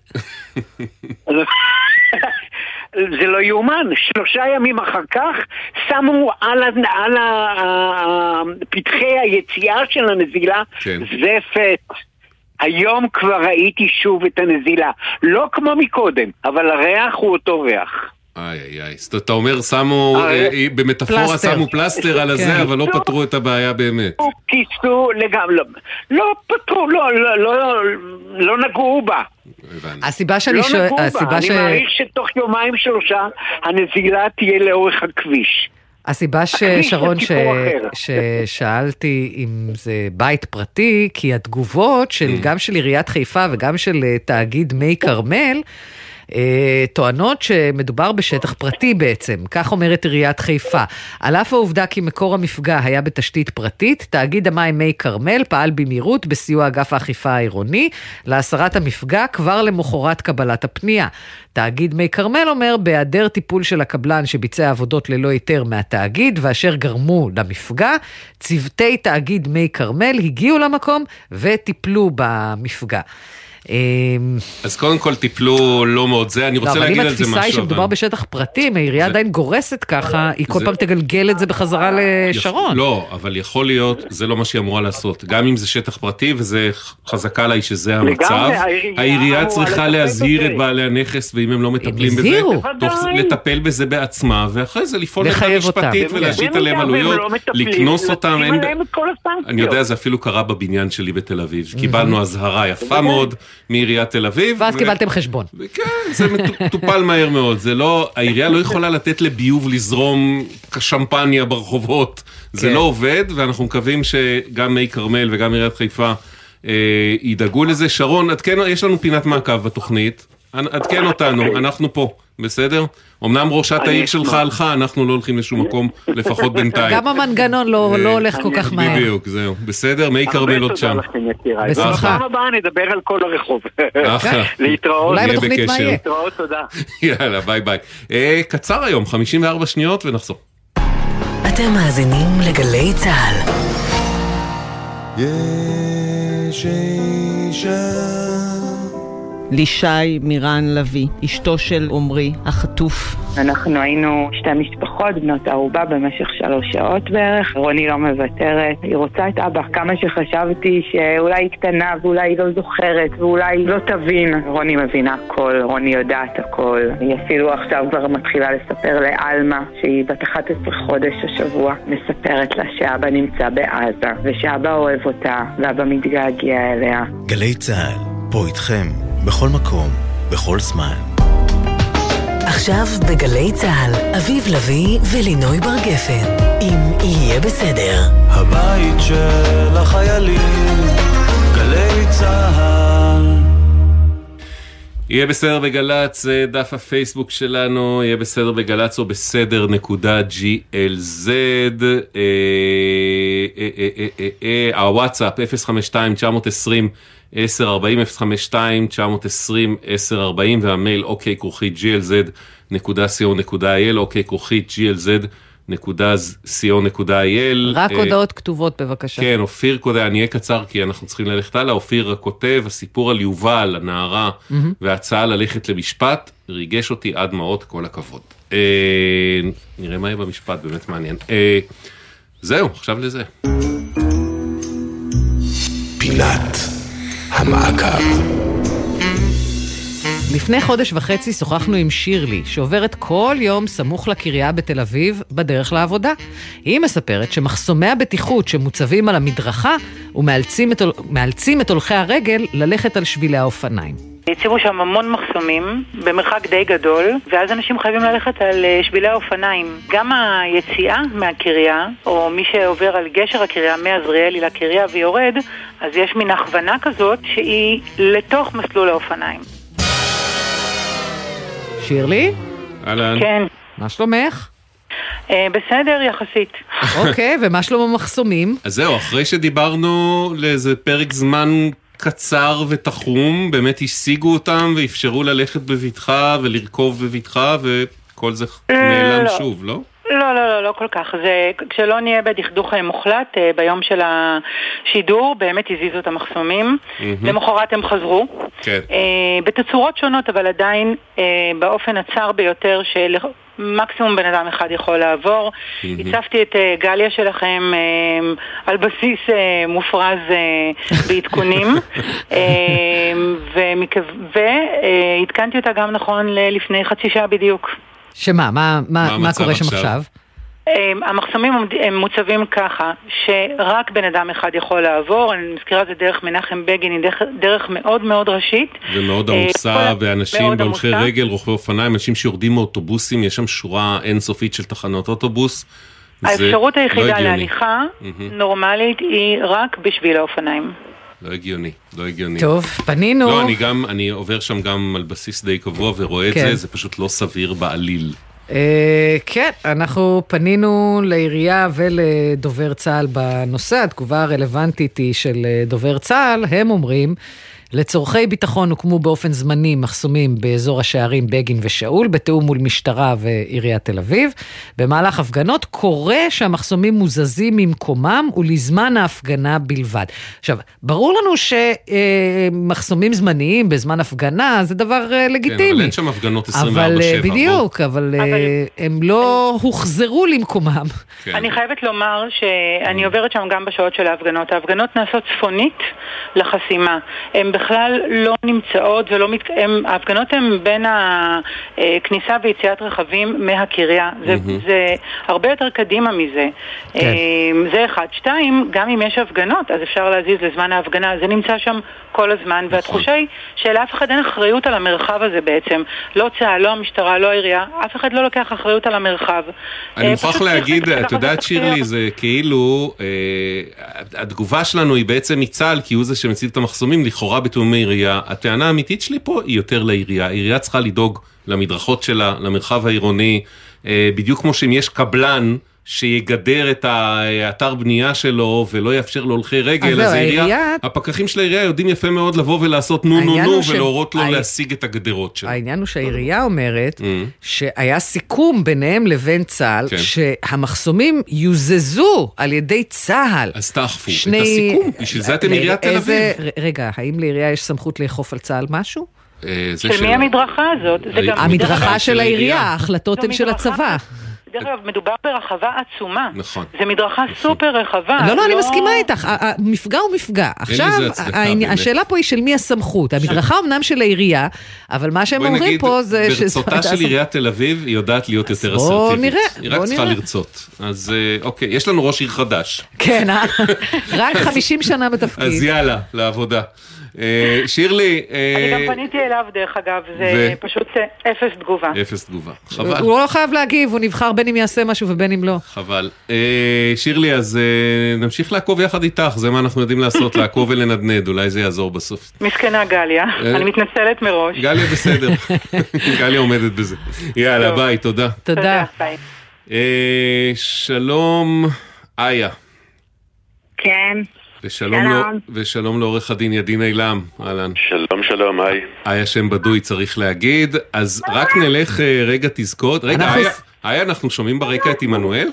Speaker 10: זה לא יאומן, שלושה ימים אחר כך שמו על, על פתחי היציאה של הנזילה כן. זפת. היום כבר ראיתי שוב את הנזילה, לא כמו מקודם, אבל הריח הוא אותו ריח.
Speaker 8: איי איי איי, אתה אומר שמו, במטאפורה שמו פלסטר על הזה, אבל לא פתרו את הבעיה באמת.
Speaker 10: כיסו לגמרי, לא פתרו, לא נגעו בה.
Speaker 9: הסיבה שאני שואל, הסיבה ש...
Speaker 10: אני מעריך שתוך יומיים שלושה הנזילה תהיה לאורך הכביש.
Speaker 9: הסיבה ששרון ש... ששאלתי אם זה בית פרטי, כי התגובות של גם של עיריית חיפה וגם של תאגיד מי כרמל, טוענות שמדובר בשטח פרטי בעצם, כך אומרת עיריית חיפה. על אף העובדה כי מקור המפגע היה בתשתית פרטית, תאגיד המים מי כרמל פעל במהירות בסיוע אגף האכיפה העירוני להסרת המפגע כבר למחרת קבלת הפנייה. תאגיד מי כרמל אומר, בהיעדר טיפול של הקבלן שביצע עבודות ללא היתר מהתאגיד ואשר גרמו למפגע, צוותי תאגיד מי כרמל הגיעו למקום וטיפלו במפגע.
Speaker 8: אז קודם כל טיפלו לא מאוד זה, אני רוצה להגיד על זה משהו.
Speaker 9: אבל אם התפיסה היא שמדובר בשטח פרטי, העירייה עדיין גורסת ככה, היא כל פעם תגלגל את זה בחזרה לשרון.
Speaker 8: לא, אבל יכול להיות, זה לא מה שהיא אמורה לעשות. גם אם זה שטח פרטי, וזה חזקה עליי שזה המצב, העירייה צריכה להזהיר את בעלי הנכס, ואם הם לא מטפלים בזה, לטפל בזה בעצמה, ואחרי זה לפעול לך משפטית ולהשית עליהם עלויות, לקנוס אותם. אני יודע, זה אפילו קרה בבניין שלי בתל אביב. קיבלנו הזהרה יפה מאוד, מעיריית תל אביב.
Speaker 9: ואז קיבלתם חשבון.
Speaker 8: כן, זה מטופל מהר מאוד. זה לא, העירייה לא יכולה לתת לביוב לזרום כשמפניה ברחובות. זה לא עובד, ואנחנו מקווים שגם מי כרמל וגם עיריית חיפה ידאגו לזה. שרון, יש לנו פינת מעקב בתוכנית. עדכן אותנו, אנחנו פה, בסדר? אמנם ראשת העיר שלך הלכה, אנחנו לא הולכים לשום מקום, לפחות בינתיים.
Speaker 9: גם המנגנון לא הולך כל כך מהר.
Speaker 8: בדיוק, זהו. בסדר? מי כרמל עוד שם?
Speaker 9: בשמחה.
Speaker 10: בפעם הבאה נדבר על כל הרחוב. להתראות.
Speaker 9: אולי בתוכנית מה יהיה.
Speaker 10: להתראות, תודה.
Speaker 8: יאללה, ביי ביי. קצר היום, חמישים וארבע שניות ונחזור.
Speaker 13: אתם מאזינים לגלי צהל.
Speaker 14: יש אישה
Speaker 15: לישי מירן לוי, אשתו של עומרי, החטוף.
Speaker 16: אנחנו היינו שתי משפחות, בנות ערובה במשך שלוש שעות בערך. רוני לא מוותרת, היא רוצה את אבא. כמה שחשבתי שאולי היא קטנה ואולי היא לא זוכרת ואולי היא לא תבין. רוני מבינה הכל, רוני יודעת הכל. היא אפילו עכשיו כבר מתחילה לספר לאלמה, שהיא בת אחת עשרה חודש השבוע, מספרת לה שאבא נמצא בעזה ושאבא אוהב אותה ואבא מתגעגע אליה.
Speaker 1: גלי צהל, פה איתכם. בכל מקום, בכל זמן.
Speaker 13: עכשיו בגלי צהל, אביב לוי ולינוי בר גפן. אם יהיה בסדר.
Speaker 14: הבית של החיילים, גלי צהל.
Speaker 8: יהיה בסדר בגלץ, דף הפייסבוק שלנו, יהיה בסדר בגלץ או בסדר נקודה ג'י אל זד. הוואטסאפ אפס חמש שתיים תשע עשרים עשר ארבעים אפס חמש שתיים תשע עשרים עשר ארבעים והמייל אוקיי כרוכית ג'י אל זד נקודה סי או נקודה איי אל אוקיי כרוכית ג'י אל זד נקודה סי או נקודה איי אל.
Speaker 9: רק הודעות כתובות בבקשה.
Speaker 8: כן, אופיר כותב, אני אהיה קצר כי אנחנו צריכים ללכת הלאה. אופיר כותב, הסיפור על יובל, הנערה וההצעה ללכת למשפט, ריגש אותי עד מאוד, כל הכבוד. נראה מה יהיה במשפט, באמת מעניין. זהו, עכשיו לזה.
Speaker 1: פינת המעקב.
Speaker 9: לפני חודש וחצי שוחחנו עם שירלי, שעוברת כל יום סמוך לקריה בתל אביב בדרך לעבודה. היא מספרת שמחסומי הבטיחות שמוצבים על המדרכה ומאלצים את, מאלצים את הולכי הרגל ללכת על שבילי האופניים.
Speaker 17: הציבו שם המון מחסומים במרחק די גדול, ואז אנשים חייבים ללכת על שבילי האופניים. גם היציאה מהקריה, או מי שעובר על גשר הקריה, מעזריאלי לקריה ויורד, אז יש מין הכוונה כזאת שהיא לתוך מסלול האופניים.
Speaker 9: שירלי?
Speaker 8: אהלן.
Speaker 17: כן.
Speaker 9: מה שלומך?
Speaker 17: אה, בסדר, יחסית.
Speaker 9: אוקיי, ומה שלום המחסומים?
Speaker 8: אז זהו, אחרי שדיברנו לאיזה פרק זמן קצר ותחום, באמת השיגו אותם ואפשרו ללכת בביטחה ולרכוב בביטחה, וכל זה נעלם
Speaker 17: לא.
Speaker 8: שוב, לא?
Speaker 17: לא, לא, לא, לא כל כך. זה, כשלא נהיה בדכדוך מוחלט, ביום של השידור, באמת הזיזו את המחסומים. Mm-hmm. למחרת הם חזרו. כן. בתצורות שונות, אבל עדיין באופן הצר ביותר של מקסימום בן אדם אחד יכול לעבור. Mm-hmm. הצפתי את גליה שלכם על בסיס מופרז בעדכונים, והתקנתי אותה גם נכון לפני חצי שעה בדיוק.
Speaker 9: שמה? מה, מה, מה קורה שם עכשיו?
Speaker 17: המחסומים הם מוצבים ככה, שרק בן אדם אחד יכול לעבור. אני מזכירה, זה דרך מנחם בגין, היא דרך, דרך מאוד מאוד ראשית.
Speaker 8: ומאוד עמוסה, ואנשים בהולכי רגל, רוכבי אופניים, אנשים שיורדים מאוטובוסים, יש שם שורה אינסופית של תחנות אוטובוס.
Speaker 17: האפשרות היחידה להליכה נורמלית היא רק בשביל האופניים.
Speaker 8: לא הגיוני, לא הגיוני.
Speaker 9: טוב, פנינו.
Speaker 8: לא, אני גם, אני עובר שם גם על בסיס די קבוע ורואה כן. את זה, זה פשוט לא סביר בעליל.
Speaker 9: אה, כן, אנחנו פנינו לעירייה ולדובר צה"ל בנושא, התגובה הרלוונטית היא של דובר צה"ל, הם אומרים, לצורכי ביטחון הוקמו באופן זמני מחסומים באזור השערים בגין ושאול, בתיאום מול משטרה ועיריית תל אביב. במהלך הפגנות קורה שהמחסומים מוזזים ממקומם ולזמן ההפגנה בלבד. עכשיו, ברור לנו שמחסומים זמניים בזמן הפגנה זה דבר לגיטימי.
Speaker 8: כן, אבל אין שם הפגנות עשרים וארבע שבע.
Speaker 9: אבל בדיוק, אבל, אבל הם לא הוחזרו למקומם.
Speaker 17: כן. אני חייבת לומר שאני עוברת שם גם בשעות של ההפגנות. ההפגנות נעשות צפונית לחסימה. הם בכלל לא נמצאות ולא מת... הם, ההפגנות הן בין הכניסה ויציאת רכבים מהקריה. זה, mm-hmm. זה הרבה יותר קדימה מזה. כן. זה אחד. שתיים, גם אם יש הפגנות, אז אפשר להזיז לזמן ההפגנה. זה נמצא שם כל הזמן, נכון. והתחושה היא שלאף אחד אין אחריות על המרחב הזה בעצם. לא צה"ל, לא המשטרה, לא העירייה. אף אחד לא לוקח אחריות על המרחב.
Speaker 8: אני מוכרח להגיד, את יודעת שירלי, זה כאילו, התגובה שלנו היא בעצם מצה"ל, כי הוא זה שמציב את המחסומים, לכאורה בתאום העירייה. הטענה האמיתית שלי פה היא יותר לעירייה. העירייה צריכה לדאוג למדרכות שלה, למרחב העירוני, בדיוק כמו שאם יש קבלן שיגדר את האתר בנייה שלו ולא יאפשר לו הולכי רגל, אז העירייה, הפקחים של העירייה יודעים יפה מאוד לבוא ולעשות נו נו נו ולהורות לו להשיג את הגדרות שלו.
Speaker 9: העניין הוא שהעירייה אומרת שהיה סיכום ביניהם לבין צה"ל שהמחסומים יוזזו על ידי צה"ל.
Speaker 8: אז תאכפו את הסיכום, בשביל זה אתם עיריית תל אביב.
Speaker 9: רגע, האם לעירייה יש סמכות לאכוף על צה"ל משהו?
Speaker 17: של מי המדרכה הזאת?
Speaker 9: המדרכה של העירייה, ההחלטות הן של הצבא.
Speaker 17: דרך אגב, מדובר ברחבה עצומה. נכון. זה מדרכה סופר רחבה.
Speaker 9: לא, לא, אני מסכימה איתך. המפגע הוא מפגע. עכשיו, השאלה פה היא של מי הסמכות. המדרכה אומנם של העירייה, אבל מה שהם אומרים פה זה...
Speaker 8: ברצותה של עיריית תל אביב, היא יודעת להיות יותר אסרטיבית. בוא נראה. היא רק צריכה לרצות. אז אוקיי, יש לנו ראש עיר חדש.
Speaker 9: כן, רק חמישים שנה בתפקיד.
Speaker 8: אז יאללה, לעבודה. שירלי...
Speaker 17: אני גם פניתי אליו דרך אגב, זה פשוט אפס תגובה.
Speaker 8: אפס תגובה, חבל.
Speaker 9: הוא לא חייב להגיב, הוא נבחר בין אם יעשה משהו ובין אם לא.
Speaker 8: חבל. שירלי, אז נמשיך לעקוב יחד איתך, זה מה אנחנו יודעים לעשות, לעקוב ולנדנד, אולי זה יעזור בסוף.
Speaker 17: מסכנה גליה, אני מתנצלת מראש.
Speaker 8: גליה בסדר, גליה עומדת בזה. יאללה, ביי, תודה.
Speaker 9: תודה.
Speaker 8: שלום, איה.
Speaker 18: כן.
Speaker 8: ושלום, לא, ושלום לעורך הדין ידין אילם, אהלן.
Speaker 19: שלום שלום, היי.
Speaker 8: היה שם בדוי צריך להגיד, אז רק נלך רגע תזכות, רגע, אנחנו... היה, היה אנחנו שומעים ברקע את עמנואל?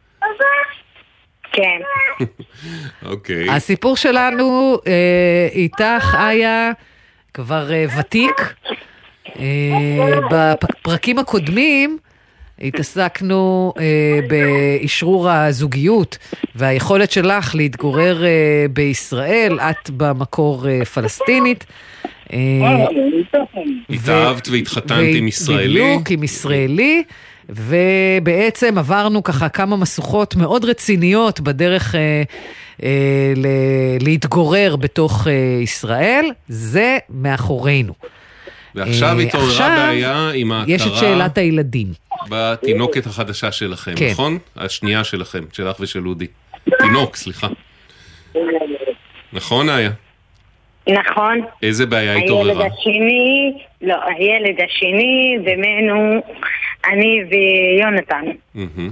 Speaker 18: כן.
Speaker 8: אוקיי.
Speaker 9: הסיפור שלנו אה, איתך היה כבר אה, ותיק, אה, בפרקים הקודמים, התעסקנו אה, באשרור הזוגיות והיכולת שלך להתגורר אה, בישראל, את במקור אה, פלסטינית. אה,
Speaker 8: התאהבת והתחתנת עם ישראלי.
Speaker 9: בדיוק, עם ישראלי, ובעצם עברנו ככה כמה מסוכות מאוד רציניות בדרך אה, אה, ל- להתגורר בתוך אה, ישראל, זה מאחורינו.
Speaker 8: ועכשיו התעוררה בעיה עם ההכרה.
Speaker 9: יש את שאלת הילדים.
Speaker 8: בתינוקת החדשה שלכם,
Speaker 9: כן.
Speaker 8: נכון? השנייה שלכם, שלך ושל אודי. תינוק, סליחה. נכון, איה?
Speaker 18: נכון.
Speaker 8: איזה בעיה התעוררה?
Speaker 18: הילד השני, לא, הילד השני, ומנו, אני ויונתן.
Speaker 8: Mm-hmm.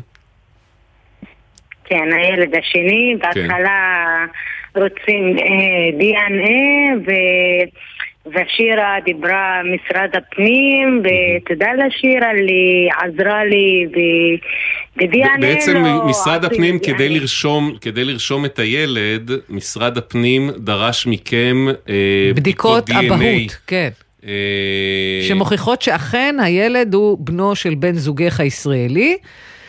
Speaker 18: כן, הילד השני, בהתחלה כן. רוצים אה, די אן איי, ו... ושירה דיברה משרד הפנים, ותדע לה שירה לי, עזרה לי, ב-די אן איי
Speaker 8: בעצם משרד הפנים כדי לרשום, כדי לרשום את הילד, משרד הפנים דרש מכם
Speaker 9: בדיקות אבהות, כן. שמוכיחות שאכן הילד הוא בנו של בן זוגך הישראלי,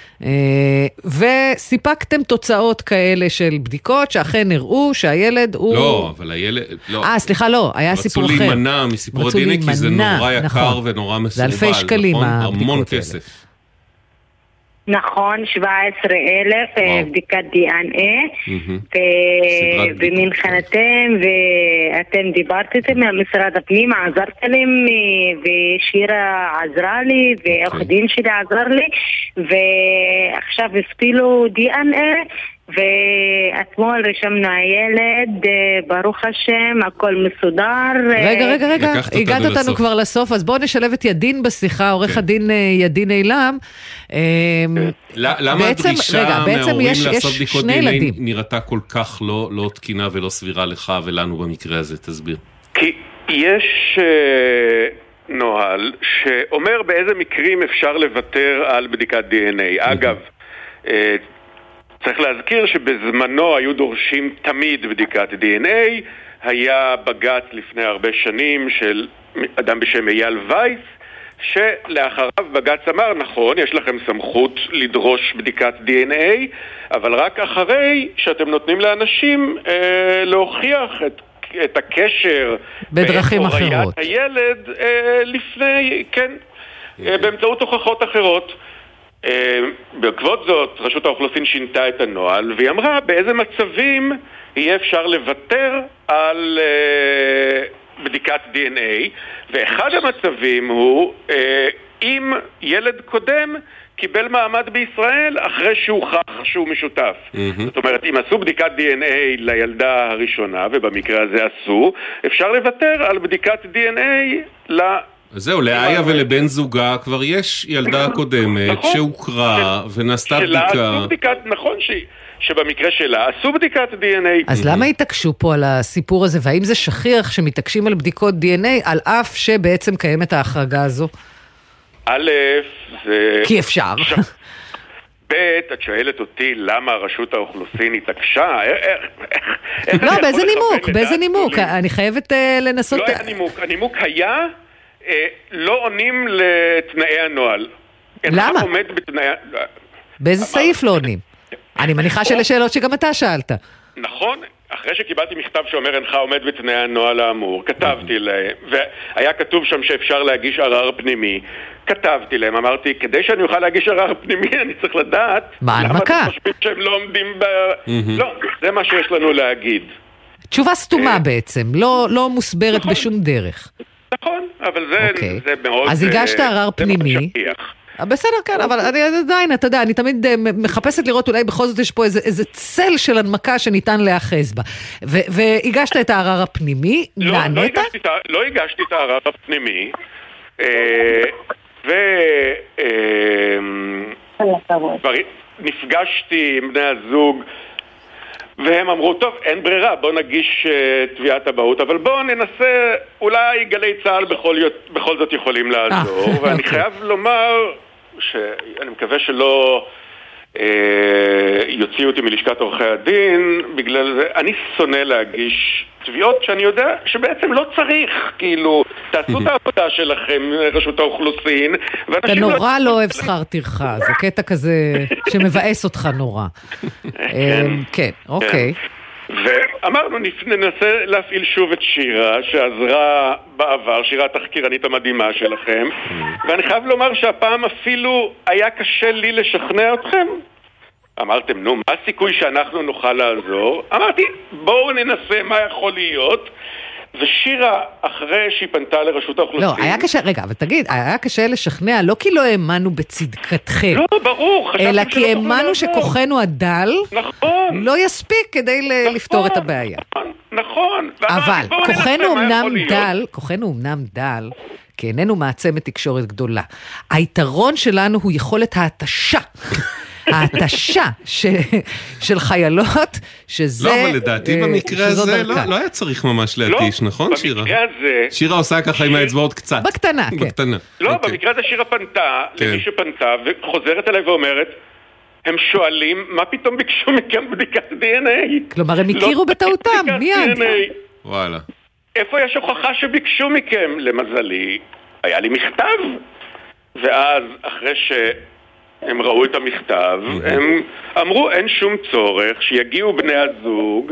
Speaker 9: וסיפקתם תוצאות כאלה של בדיקות שאכן הראו שהילד הוא...
Speaker 8: לא, אבל הילד...
Speaker 9: אה, סליחה, לא, היה סיפור אחר.
Speaker 8: רצו להימנע מסיפור ה-די אן איי כי זה נורא יקר ונורא מסורבל.
Speaker 9: זה אלפי שקלים
Speaker 8: המון כסף.
Speaker 18: נכון, שבע עשרה אלף בדיקת די אן איי, ומנחנתם, ואתם דיברתם מהמשרד הפנים, עזרתם לי, ושירה עזרה לי, ועורך דין שלי עזר לי, ועכשיו הספילו די אן איי, ואתמול רשמנו הילד, ברוך השם, הכל מסודר.
Speaker 9: רגע, רגע, רגע, הגעת אותנו כבר לסוף, אז בואו נשלב את ידין בשיחה, עורך הדין ידין אילם.
Speaker 8: למה הדרישה מההורים לעשות בדיקות די אן איי נראתה כל כך לא תקינה ולא סבירה לך ולנו במקרה הזה? תסביר.
Speaker 19: כי יש נוהל שאומר באיזה מקרים אפשר לוותר על בדיקת די אן איי. אגב, צריך להזכיר שבזמנו היו דורשים תמיד בדיקת די אן איי, היה בג"ץ לפני הרבה שנים של אדם בשם אייל וייס, שלאחריו בג"ץ אמר, נכון, יש לכם סמכות לדרוש בדיקת די אן איי, אבל רק אחרי שאתם נותנים לאנשים אה, להוכיח את את הקשר
Speaker 9: בדרכים אחרות.
Speaker 19: הוריית הילד אה, לפני, כן, אה, באמצעות הוכחות אחרות. אה, בעקבות זאת, רשות האוכלוסין שינתה את הנוהל, והיא אמרה באיזה מצבים יהיה אפשר לוותר על אה, בדיקת די אן איי, ואחד המצבים הוא אה, אם ילד קודם קיבל מעמד בישראל אחרי שהוכח שהוא משותף. Mm-hmm. זאת אומרת, אם עשו בדיקת די אן איי לילדה הראשונה, ובמקרה הזה עשו, אפשר לוותר על בדיקת די אן איי ל...
Speaker 8: זהו, לאיה ולבן זוגה כבר יש ילדה קודמת שהוכרה ונעשתה בדיקה.
Speaker 19: בדיקת, נכון שהיא. שבמקרה שלה עשו בדיקת די אן איי.
Speaker 9: אז למה התעקשו פה על הסיפור הזה, והאם זה שכיח שמתעקשים על בדיקות די אן איי, על אף שבעצם קיימת ההחרגה הזו?
Speaker 19: א', זה...
Speaker 9: כי אפשר.
Speaker 19: ב', את שואלת אותי למה רשות האוכלוסין התעקשה?
Speaker 9: לא, באיזה נימוק, באיזה נימוק? אני חייבת לנסות...
Speaker 19: לא היה נימוק, הנימוק היה לא עונים לתנאי הנוהל.
Speaker 9: למה? באיזה סעיף לא עונים? אני מניחה שאלה שאלות שגם אתה שאלת.
Speaker 19: נכון, אחרי שקיבלתי מכתב שאומר אינך עומד בתנאי הנוהל האמור, כתבתי להם, והיה כתוב שם שאפשר להגיש ערר פנימי, כתבתי להם, אמרתי, כדי שאני אוכל להגיש ערר פנימי, אני צריך לדעת
Speaker 9: מה הנמקה?
Speaker 19: למה אתם חושבים שהם לא עומדים ב... לא, זה מה שיש לנו להגיד.
Speaker 9: תשובה סתומה בעצם, לא מוסברת בשום דרך.
Speaker 19: נכון, אבל זה מאוד...
Speaker 9: אז הגשת ערר פנימי. בסדר, כן, אבל אני עדיין, אתה יודע, אני תמיד מחפשת לראות אולי בכל זאת יש פה איזה, איזה צל של הנמקה שניתן להאחז בה. ו- והגשת את הערר הפנימי,
Speaker 19: לא,
Speaker 9: נענית?
Speaker 19: לא הגשתי, לא הגשתי את הערר הפנימי, ונפגשתי עם בני הזוג, והם אמרו, טוב, אין ברירה, בוא נגיש uh, תביעת אבהות, אבל בוא ננסה, אולי גלי צהל בכל, בכל זאת יכולים לעזור, 아, ואני okay. חייב לומר שאני מקווה שלא uh, יוציאו אותי מלשכת עורכי הדין, בגלל זה אני שונא להגיש תביעות שאני יודע שבעצם לא צריך, כאילו, תעשו את העבודה שלכם, רשות האוכלוסין.
Speaker 9: אתה נורא לא אוהב שכר טרחה, זה קטע כזה שמבאס אותך נורא. כן, אוקיי.
Speaker 19: ואמרנו, ננסה להפעיל שוב את שירה, שעזרה בעבר, שירה התחקירנית המדהימה שלכם, ואני חייב לומר שהפעם אפילו היה קשה לי לשכנע אתכם. אמרתם, נו, מה הסיכוי שאנחנו נוכל לעזור? אמרתי, בואו ננסה מה יכול להיות. ושירה, אחרי שהיא פנתה לרשות האוכלוסין...
Speaker 9: לא, היה קשה, רגע, אבל תגיד, היה קשה לשכנע, לא כי לא האמנו בצדקתכם.
Speaker 19: לא, ברור, חשבתם
Speaker 9: אלא כי האמנו שכוחנו הדל,
Speaker 19: נכון.
Speaker 9: לא יספיק כדי נכון, לפתור את הבעיה.
Speaker 19: נכון, נכון.
Speaker 9: אבל כוחנו אמנם דל, כוחנו אמנם דל, כי איננו מעצמת תקשורת גדולה. היתרון שלנו הוא יכולת ההתשה. ההתשה של חיילות, שזה...
Speaker 8: לא, אבל לדעתי במקרה הזה לא היה צריך ממש להתיש, נכון שירה? שירה עושה ככה עם האצבעות קצת.
Speaker 9: בקטנה, כן.
Speaker 19: לא, במקרה הזה שירה פנתה, למי שפנתה, וחוזרת אליי ואומרת, הם שואלים, מה פתאום ביקשו מכם בדיקת די אן איי?
Speaker 9: כלומר, הם הכירו בטעותם, מיד.
Speaker 8: וואלה.
Speaker 19: איפה יש הוכחה שביקשו מכם? למזלי, היה לי מכתב. ואז, אחרי ש... הם ראו את המכתב, הם אמרו אין שום צורך שיגיעו בני הזוג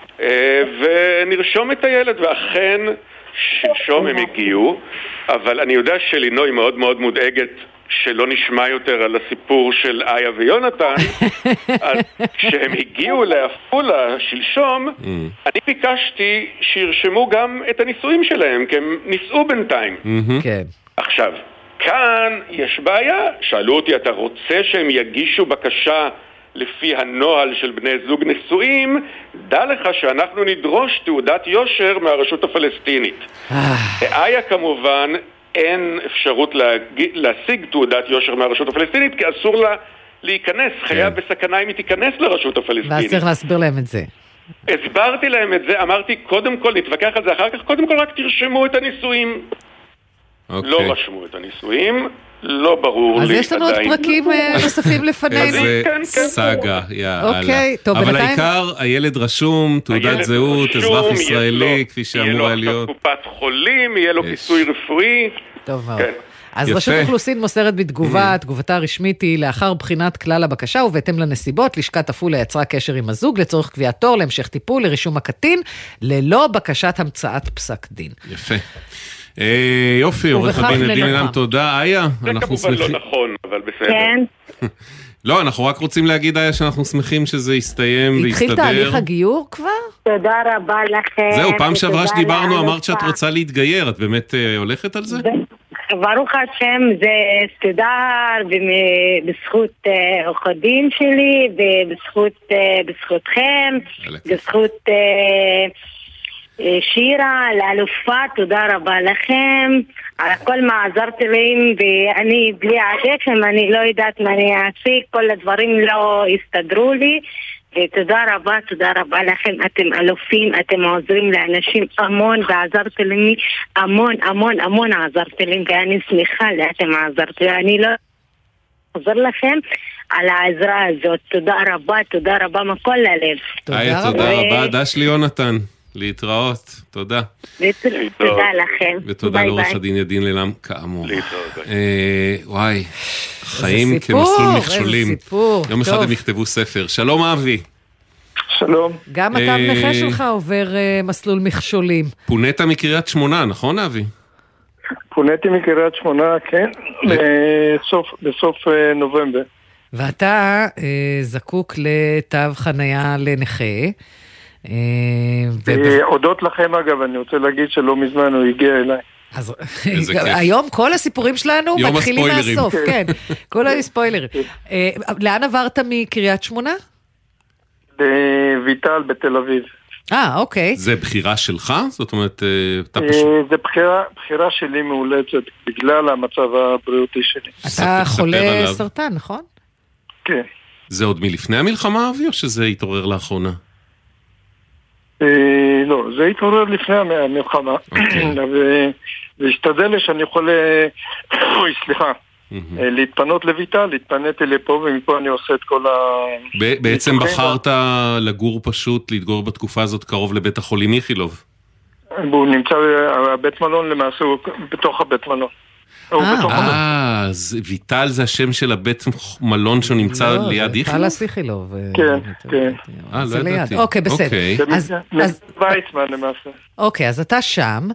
Speaker 19: ונרשום את הילד, ואכן שלשום הם הגיעו, אבל אני יודע שלינוי מאוד מאוד מודאגת שלא נשמע יותר על הסיפור של איה ויונתן. אז כשהם הגיעו לעפולה שלשום, אני ביקשתי שירשמו גם את הנישואים שלהם, כי הם נישאו בינתיים.
Speaker 9: כן.
Speaker 19: עכשיו, כאן יש בעיה. שאלו אותי, אתה רוצה שהם יגישו בקשה לפי הנוהל של בני זוג נשואים? דע לך שאנחנו נדרוש תעודת יושר מהרשות הפלסטינית. איה כמובן אין אפשרות להגיע, להשיג תעודת יושר מהרשות הפלסטינית, כי אסור לה להיכנס. חייה בסכנה אם היא תיכנס לרשות הפלסטינית.
Speaker 9: ואז צריך להסביר להם את זה.
Speaker 19: הסברתי להם את זה, אמרתי קודם כל, נתווכח על זה אחר כך, קודם כל רק תרשמו את הנישואים. Okay. לא רשמו את הנישואים, לא ברור
Speaker 9: אז
Speaker 19: לי.
Speaker 9: אז יש לנו עוד פרקים נוספים לפנינו.
Speaker 8: איזה סאגה, יאללה.
Speaker 9: אוקיי, טוב,
Speaker 8: אבל העיקר, הילד רשום, תעודת זהות, אזרח ישראלי, כפי שאמור היה להיות.
Speaker 19: יהיה לו קופת חולים, יהיה לו כיסוי רפואי.
Speaker 9: טוב מאוד. אז רשות אוכלוסין מוסרת בתגובה, תגובתה הרשמית היא לאחר בחינת כלל הבקשה ובהתאם לנסיבות, לשכת עפולה יצרה קשר עם הזוג לצורך קביעת תור להמשך טיפול לרישום הקטין, ללא בקשת המצאת פסק דין.
Speaker 8: יפה. יופי, עורך הדין עדין אילם, תודה. איה, אנחנו שמחים.
Speaker 19: זה כמובן לא נכון, אבל בסדר.
Speaker 11: כן.
Speaker 8: לא, אנחנו רק רוצים להגיד, איה, שאנחנו שמחים שזה יסתיים ויסתדר.
Speaker 9: התחיל תהליך הגיור כבר?
Speaker 11: תודה רבה לכם.
Speaker 8: זהו, פעם שעברה שדיברנו, אמרת שאת רוצה להתגייר, את באמת הולכת על זה?
Speaker 11: ברוך השם, זה סתדר בזכות עורך הדין שלי, ובזכותכם, בזכות שירה, לאלופה, תודה רבה לכם. על כל מה עזרתם להם, ואני בלי עליכם, אני לא יודעת מה אני אעשה, כל הדברים לא הסתדרו לי. ותודה רבה, תודה רבה לכם, אתם אלופים, אתם עוזרים לאנשים המון, ועזרתם לי המון, המון, המון עזרתם לי, ואני שמחה שאתם עזרתם, אני לא עוזר לכם על העזרה הזאת. תודה רבה, תודה רבה מכל הלב.
Speaker 8: תודה, תודה רבה, דש לי יונתן, להתראות, תודה.
Speaker 11: תודה לכם.
Speaker 8: ותודה לעורך הדין עדין אילם, כאמור. וואי, חיים כמסלול מכשולים. יום אחד הם יכתבו ספר. שלום אבי.
Speaker 20: שלום.
Speaker 9: גם אתה המנחה שלך עובר מסלול מכשולים.
Speaker 8: פונית מקריית שמונה, נכון אבי?
Speaker 20: פוניתי מקריית שמונה, כן, בסוף נובמבר.
Speaker 9: ואתה זקוק לתו חנייה לנכה.
Speaker 20: הודות לכם אגב, אני רוצה להגיד שלא מזמן הוא הגיע אליי.
Speaker 9: אז היום כל הסיפורים שלנו מתחילים מהסוף, כן, כל הספוילרים. לאן עברת מקריית שמונה?
Speaker 20: לויטל בתל אביב.
Speaker 9: אה, אוקיי.
Speaker 8: זה בחירה שלך? זאת אומרת, אתה פשוט...
Speaker 20: זה בחירה שלי מאולצת, בגלל המצב הבריאותי שלי.
Speaker 9: אתה חולה סרטן, נכון?
Speaker 20: כן.
Speaker 8: זה עוד מלפני המלחמה, אבי, או שזה התעורר לאחרונה?
Speaker 20: לא, זה התעורר לפני המלחמה. והשתדל לי שאני יכול, אוי, סליחה, להתפנות לויטל, להתפנתי לפה, ומפה אני עושה את כל ה...
Speaker 8: בעצם בחרת לגור פשוט, להתגור בתקופה הזאת קרוב לבית החולים איכילוב.
Speaker 20: הוא נמצא, הבית מלון למעשה הוא בתוך הבית מלון.
Speaker 8: אה, אז ויטל זה השם של הבית מלון שהוא נמצא ליד איכילוב?
Speaker 9: ויטל איכילוב.
Speaker 20: כן, כן.
Speaker 8: אה, לא ידעתי.
Speaker 9: אוקיי, בסדר.
Speaker 20: ויצמן למעשה.
Speaker 9: אוקיי, אז אתה שם,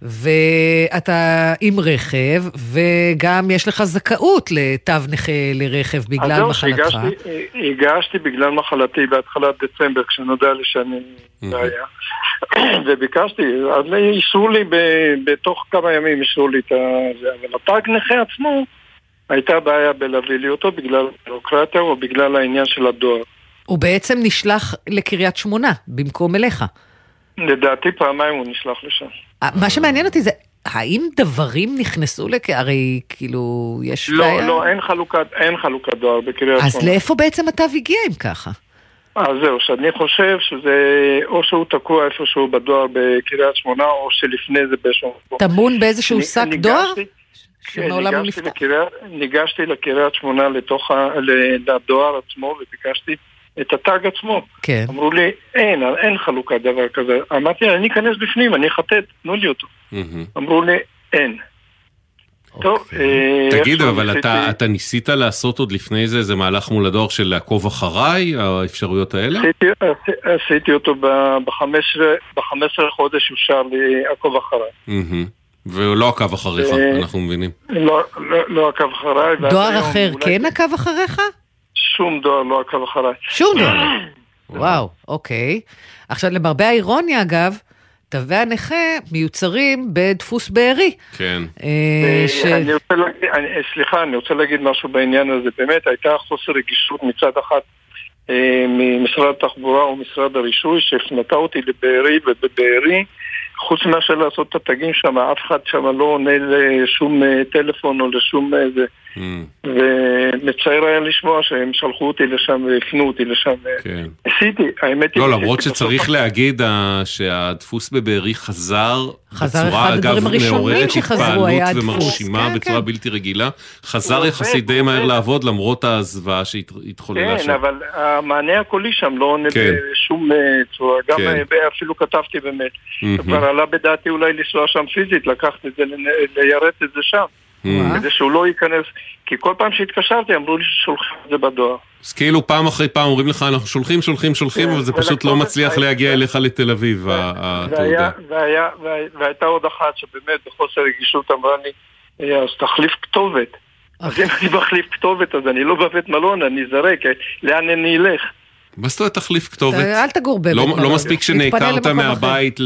Speaker 9: ואתה עם רכב, וגם יש לך זכאות לתו נכה לרכב בגלל מחלתך.
Speaker 20: הגשתי בגלל מחלתי בהתחלת דצמבר, כשנודע לי שאני בעיה. וביקשתי, אז אישרו לי, בתוך כמה ימים אישרו לי את זה, אבל התג נכה עצמו, הייתה בעיה בלהביא לי אותו בגלל בירוקרטיה או בגלל העניין של הדואר.
Speaker 9: הוא בעצם נשלח לקריית שמונה, במקום אליך.
Speaker 20: לדעתי פעמיים הוא נשלח לשם.
Speaker 9: מה שמעניין אותי זה, האם דברים נכנסו לכ... הרי כאילו יש
Speaker 20: לא,
Speaker 9: בעיה?
Speaker 20: לא, לא, אין חלוקת, אין חלוקת דואר בקריית שמונה.
Speaker 9: אז לאיפה בעצם התו הגיע אם ככה?
Speaker 20: אז זהו, שאני חושב שזה או שהוא תקוע איפשהו בדואר בקריית שמונה, או שלפני זה באיזשהו...
Speaker 9: תמון באיזשהו שק דואר?
Speaker 20: שמעולם הוא נפתח. ניגשתי לקריית שמונה לתוך הדואר עצמו, וביקשתי את התג עצמו.
Speaker 9: כן.
Speaker 20: אמרו לי, אין, אין חלוקת דבר כזה. אמרתי, אני אכנס בפנים, אני אחטט, תנו לי אותו. אמרו לי, אין. טוב,
Speaker 8: תגיד, אבל אתה ניסית לעשות עוד לפני זה איזה מהלך מול הדואר של לעקוב אחריי, האפשרויות האלה?
Speaker 20: עשיתי אותו ב-חמש עשרה חודש אושר לעקוב אחריי.
Speaker 8: ולא עקב אחריך, אנחנו מבינים.
Speaker 20: לא עקב אחריי.
Speaker 9: דואר אחר כן עקב אחריך?
Speaker 20: שום דואר לא עקב אחריי.
Speaker 9: שום דואר? וואו, אוקיי. עכשיו, למרבה האירוניה אגב, תווי הנכה מיוצרים בדפוס בארי.
Speaker 8: כן.
Speaker 20: סליחה, אני רוצה להגיד משהו בעניין הזה. באמת, הייתה חוסר רגישות מצד אחת ממשרד התחבורה או משרד הרישוי, שהפנתה אותי לבארי, ובבארי, חוץ מאשר לעשות את התגים שם, אף אחד שם לא עונה לשום טלפון או לשום איזה... ומצער היה לשמוע שהם שלחו אותי לשם והפנו אותי לשם. עשיתי, האמת היא...
Speaker 8: לא, למרות שצריך להגיד שהדפוס בבארי חזר בצורה, אגב, מעוררת התפעלות ומרשימה בצורה בלתי רגילה. חזר יחסית די מהר לעבוד למרות הזוועה שהתחוללה שם.
Speaker 20: כן, אבל המענה הקולי שם לא עונה בשום צורה. גם אפילו כתבתי באמת. כבר עלה בדעתי אולי לנסוע שם פיזית, לקחת את זה, ליירט את זה שם. כדי שהוא לא ייכנס, כי כל פעם שהתקשרתי אמרו לי ששולחים את זה בדואר.
Speaker 8: אז כאילו פעם אחרי פעם אומרים לך, אנחנו שולחים, שולחים, שולחים, אבל זה פשוט לא מצליח להגיע אליך לתל אביב, התעודה.
Speaker 20: והייתה עוד אחת שבאמת בחוסר רגישות אמרה לי, אז תחליף כתובת. אז אם אני מחליף כתובת, אז אני לא בבית מלון, אני זרק, לאן אני אלך?
Speaker 8: מה זאת אומרת תחליף כתובת?
Speaker 9: אל תגור בבית מלון.
Speaker 8: לא מספיק שנעקרת מהבית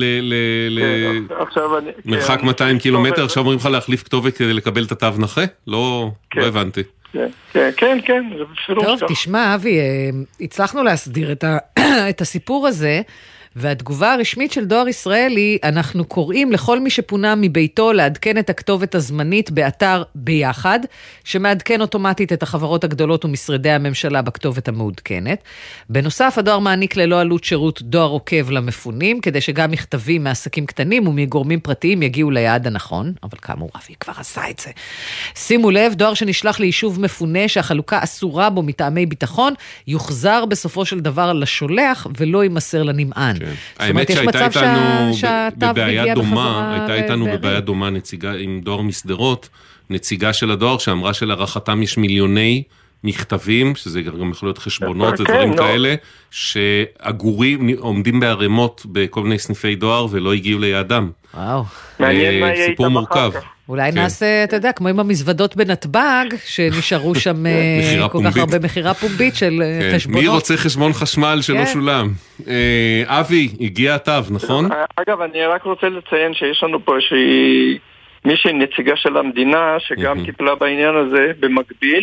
Speaker 8: למרחק מאתיים קילומטר, עכשיו אומרים לך להחליף כתובת כדי לקבל את התו נכה? לא הבנתי.
Speaker 20: כן, כן, כן.
Speaker 9: טוב, תשמע, אבי, הצלחנו להסדיר את הסיפור הזה, והתגובה הרשמית של דואר ישראל היא, אנחנו קוראים לכל מי שפונה מביתו לעדכן את הכתובת הזמנית באתר ביחד, שמעדכן אוטומטית את החברות הגדולות ומשרדי הממשלה בכתובת המעודכנת. בנוסף, הדואר מעניק ללא עלות שירות דואר עוקב למפונים, כדי שגם מכתבים מעסקים קטנים ומגורמים פרטיים יגיעו ליעד הנכון, אבל כאמור, אבי כבר עשה את זה. שימו לב, דואר שנשלח ליישוב מפונה שהחלוקה אסורה בו מטעמי ביטחון, יוחזר בסופו של דבר לשולח ולא יימסר לנמען.
Speaker 8: האמת שהייתה איתנו בבעיה דומה, הייתה איתנו בבעיה דומה נציגה עם דואר מסדרות, נציגה של הדואר שאמרה שלהערכתם יש מיליוני מכתבים, שזה גם יכול להיות חשבונות ודברים כאלה, שאגורים עומדים בערימות בכל מיני סניפי דואר ולא הגיעו ליעדם.
Speaker 9: וואו.
Speaker 8: סיפור מורכב.
Speaker 9: אולי נעשה, אתה יודע, כמו עם המזוודות בנתב"ג, שנשארו שם כל כך הרבה מחירה פומבית של חשבונות.
Speaker 8: מי רוצה חשבון חשמל שלא שולם? אבי, הגיע התו, נכון?
Speaker 20: אגב, אני רק רוצה לציין שיש לנו פה איזושהי מישהי נציגה של המדינה, שגם טיפלה בעניין הזה במקביל,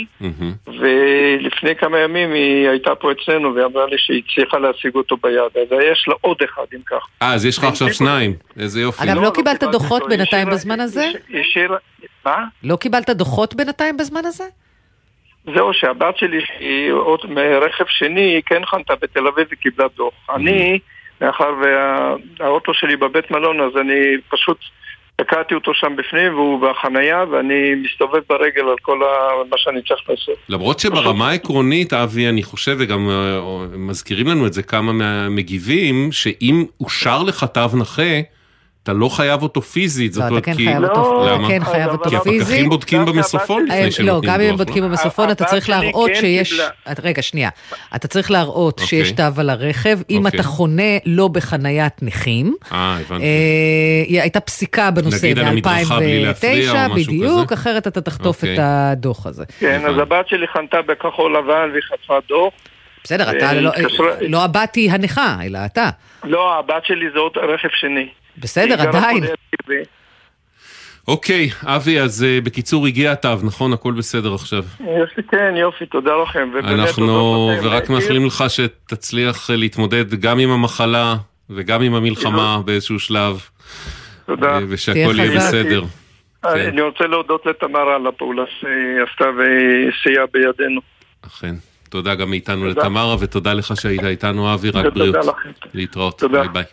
Speaker 20: ולפני כמה ימים היא הייתה פה אצלנו, ואמרה לי שהיא הצליחה להשיג אותו ביד, אז יש לה עוד אחד אם כך.
Speaker 8: אה, אז יש לך עכשיו שניים, איזה יופי.
Speaker 9: אגב, לא קיבלת דוחות בינתיים בזמן הזה?
Speaker 20: מה?
Speaker 9: לא קיבלת דוחות בינתיים בזמן הזה?
Speaker 20: זהו, שהבת שלי, מרכב שני, היא כן חנתה בתל אביב וקיבלה דוח. אני, מאחר והאוטו שלי בבית מלון, אז אני פשוט תקעתי אותו שם בפנים והוא בחנייה, ואני מסתובב ברגל על כל מה שאני צריך לעשות.
Speaker 8: למרות שברמה העקרונית, אבי, אני חושב, וגם מזכירים לנו את זה כמה מהמגיבים, שאם אושר לך תו נכה, אתה לא חייב אותו פיזית.
Speaker 9: לא, אתה כן חייב אותו, אתה כן חייב אותו פיזית.
Speaker 8: כי הפקחים בודקים במסופון לפני שהם נותנים דוח.
Speaker 9: לא, גם אם הם בודקים במסופון, אתה צריך להראות שיש... רגע, שנייה. אתה צריך להראות שיש תו על הרכב, אם אתה חונה לא בחניית נכים.
Speaker 8: אה, הבנתי.
Speaker 9: הייתה פסיקה בנושא ב-אלפיים ותשע, בדיוק, אחרת אתה תחטוף את הדוח הזה.
Speaker 20: כן, אז הבת שלי חנתה בכחול לבן והיא חטפה דוח.
Speaker 9: בסדר, אתה לא הבת היא הנכה, אלא אתה.
Speaker 20: לא, הבת שלי זה עוד רכב שני.
Speaker 9: בסדר, עדיין.
Speaker 8: אוקיי, אבי, אז בקיצור הגיע התו, נכון? הכל בסדר עכשיו.
Speaker 20: כן, יופי, תודה לכם.
Speaker 8: אנחנו, ורק מאחלים לך שתצליח להתמודד גם עם המחלה וגם עם המלחמה באיזשהו שלב.
Speaker 20: תודה.
Speaker 8: ושהכל יהיה בסדר.
Speaker 20: אני רוצה להודות לתמרה על הפעולה שעשתה וסייעה בידינו.
Speaker 8: אכן. תודה גם מאיתנו לתמרה, ותודה לך שהיית איתנו, אבי, רק בריאות. להתראות. ביי ביי.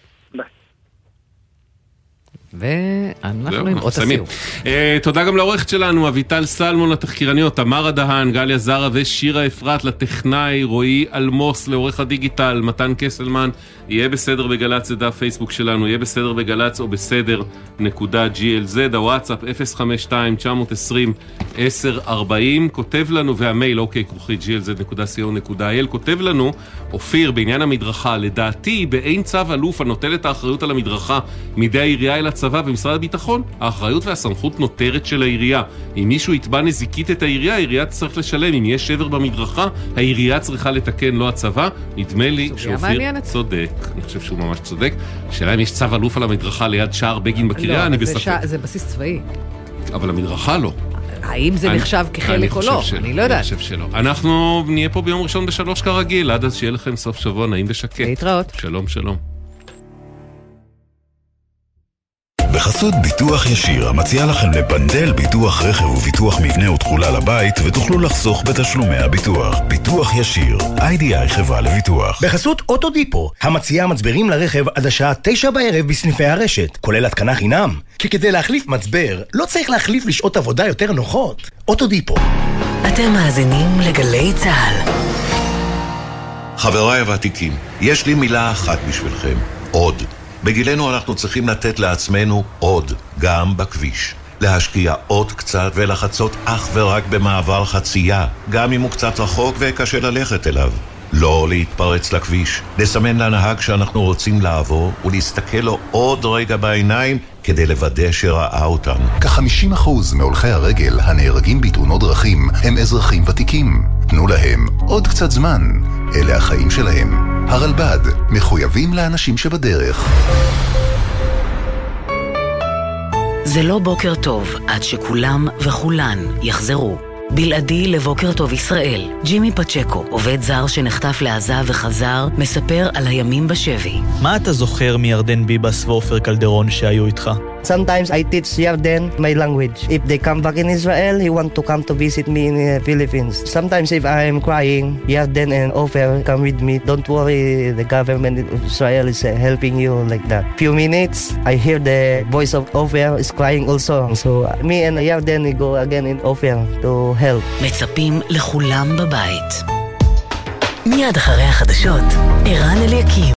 Speaker 9: ואנחנו עם עוד הסיום.
Speaker 8: תודה גם לעורכת שלנו, אביטל סלמון לתחקירניות, תמרה דהן, גליה זרה ושירה אפרת לטכנאי, רועי אלמוס לעורך הדיגיטל, מתן קסלמן. יהיה בסדר בגלץ, זה דף פייסבוק שלנו, יהיה בסדר בגלץ או בסדר נקודה ג'י אל זד, הוואטסאפ אפס חמש שתיים תשע עשרים עשר ארבעים, כותב לנו, והמייל אוקיי כרוכית ג'י אל זד נקודה סי או נקודה איי אל, כותב לנו אופיר בעניין המדרכה, לדעתי באין צו אלוף הנוטל את האחריות על המדרכה מידי העירייה אל הצבא ומשרד הביטחון, האחריות והסמכות נותרת של העירייה. אם מישהו יתבע נזיקית את העירייה, העירייה צריך לשלם. אם יש שבר במדרכה, העירייה צריכה לתקן, לא הצבא. נדמה לי שאופיר צודק. אני חושב שהוא ממש צודק. שאלה אם יש צו אלוף על המדרכה ליד שער בגין בקריה, אני בספק.
Speaker 9: זה בסיס צבאי.
Speaker 8: אבל המדרכה לא.
Speaker 9: האם זה נחשב כחלק או לא? אני לא יודעת.
Speaker 8: אני חושב שלא. אנחנו נהיה פה ביום ראשון בשלוש כרגיל, עד אז שיהיה לכם סוף שבוע נעים ושקט.
Speaker 9: להתראות.
Speaker 8: שלום, שלום.
Speaker 6: בחסות ביטוח ישיר, המציע לכם לפנדל ביטוח רכב וביטוח מבנה ותכולה לבית, ותוכלו לחסוך בתשלומי הביטוח. ביטוח ישיר, איי די איי חברה לביטוח.
Speaker 21: בחסות אוטודיפו, המציע מצברים לרכב עד השעה תשע בערב בסניפי הרשת, כולל התקנה חינם. כי כדי להחליף מצבר, לא צריך להחליף לשעות עבודה יותר נוחות. אוטודיפו.
Speaker 13: אתם מאזינים לגלי צהל.
Speaker 22: חבריי הוותיקים, יש לי מילה אחת בשבילכם, עוד. בגילנו אנחנו צריכים לתת לעצמנו עוד, גם בכביש. להשקיע עוד קצת ולחצות אך ורק במעבר חצייה, גם אם הוא קצת רחוק וקשה ללכת אליו. לא להתפרץ לכביש, לסמן לנהג שאנחנו רוצים לעבור ולהסתכל לו עוד רגע בעיניים כדי לוודא שראה אותנו.
Speaker 5: כ-חמישים אחוז מהולכי הרגל הנהרגים בתאונות דרכים הם אזרחים ותיקים. תנו להם עוד קצת זמן. אלה החיים שלהם. הרלב"ד, מחויבים לאנשים שבדרך.
Speaker 13: זה לא בוקר טוב עד שכולם וכולן יחזרו. בלעדי לבוקר טוב ישראל, ג'ימי פצ'קו, עובד זר שנחטף לעזה וחזר, מספר על הימים בשבי.
Speaker 3: מה אתה זוכר מירדן ביבס ואופר קלדרון שהיו איתך?
Speaker 4: Sometimes I teach Yarden my language. If they come back in Israel, he want to come to visit me in the Philippines. Sometimes if I am crying, Yarden and Ofer come with me. Don't worry, the government of Israel is helping you like that. Few minutes, I hear the voice of Ofer is crying also. So me and Yarden we go again in Ofer to help.
Speaker 13: מצפים לכולם בבית. מיד אחרי החדשות, ערן אליקים.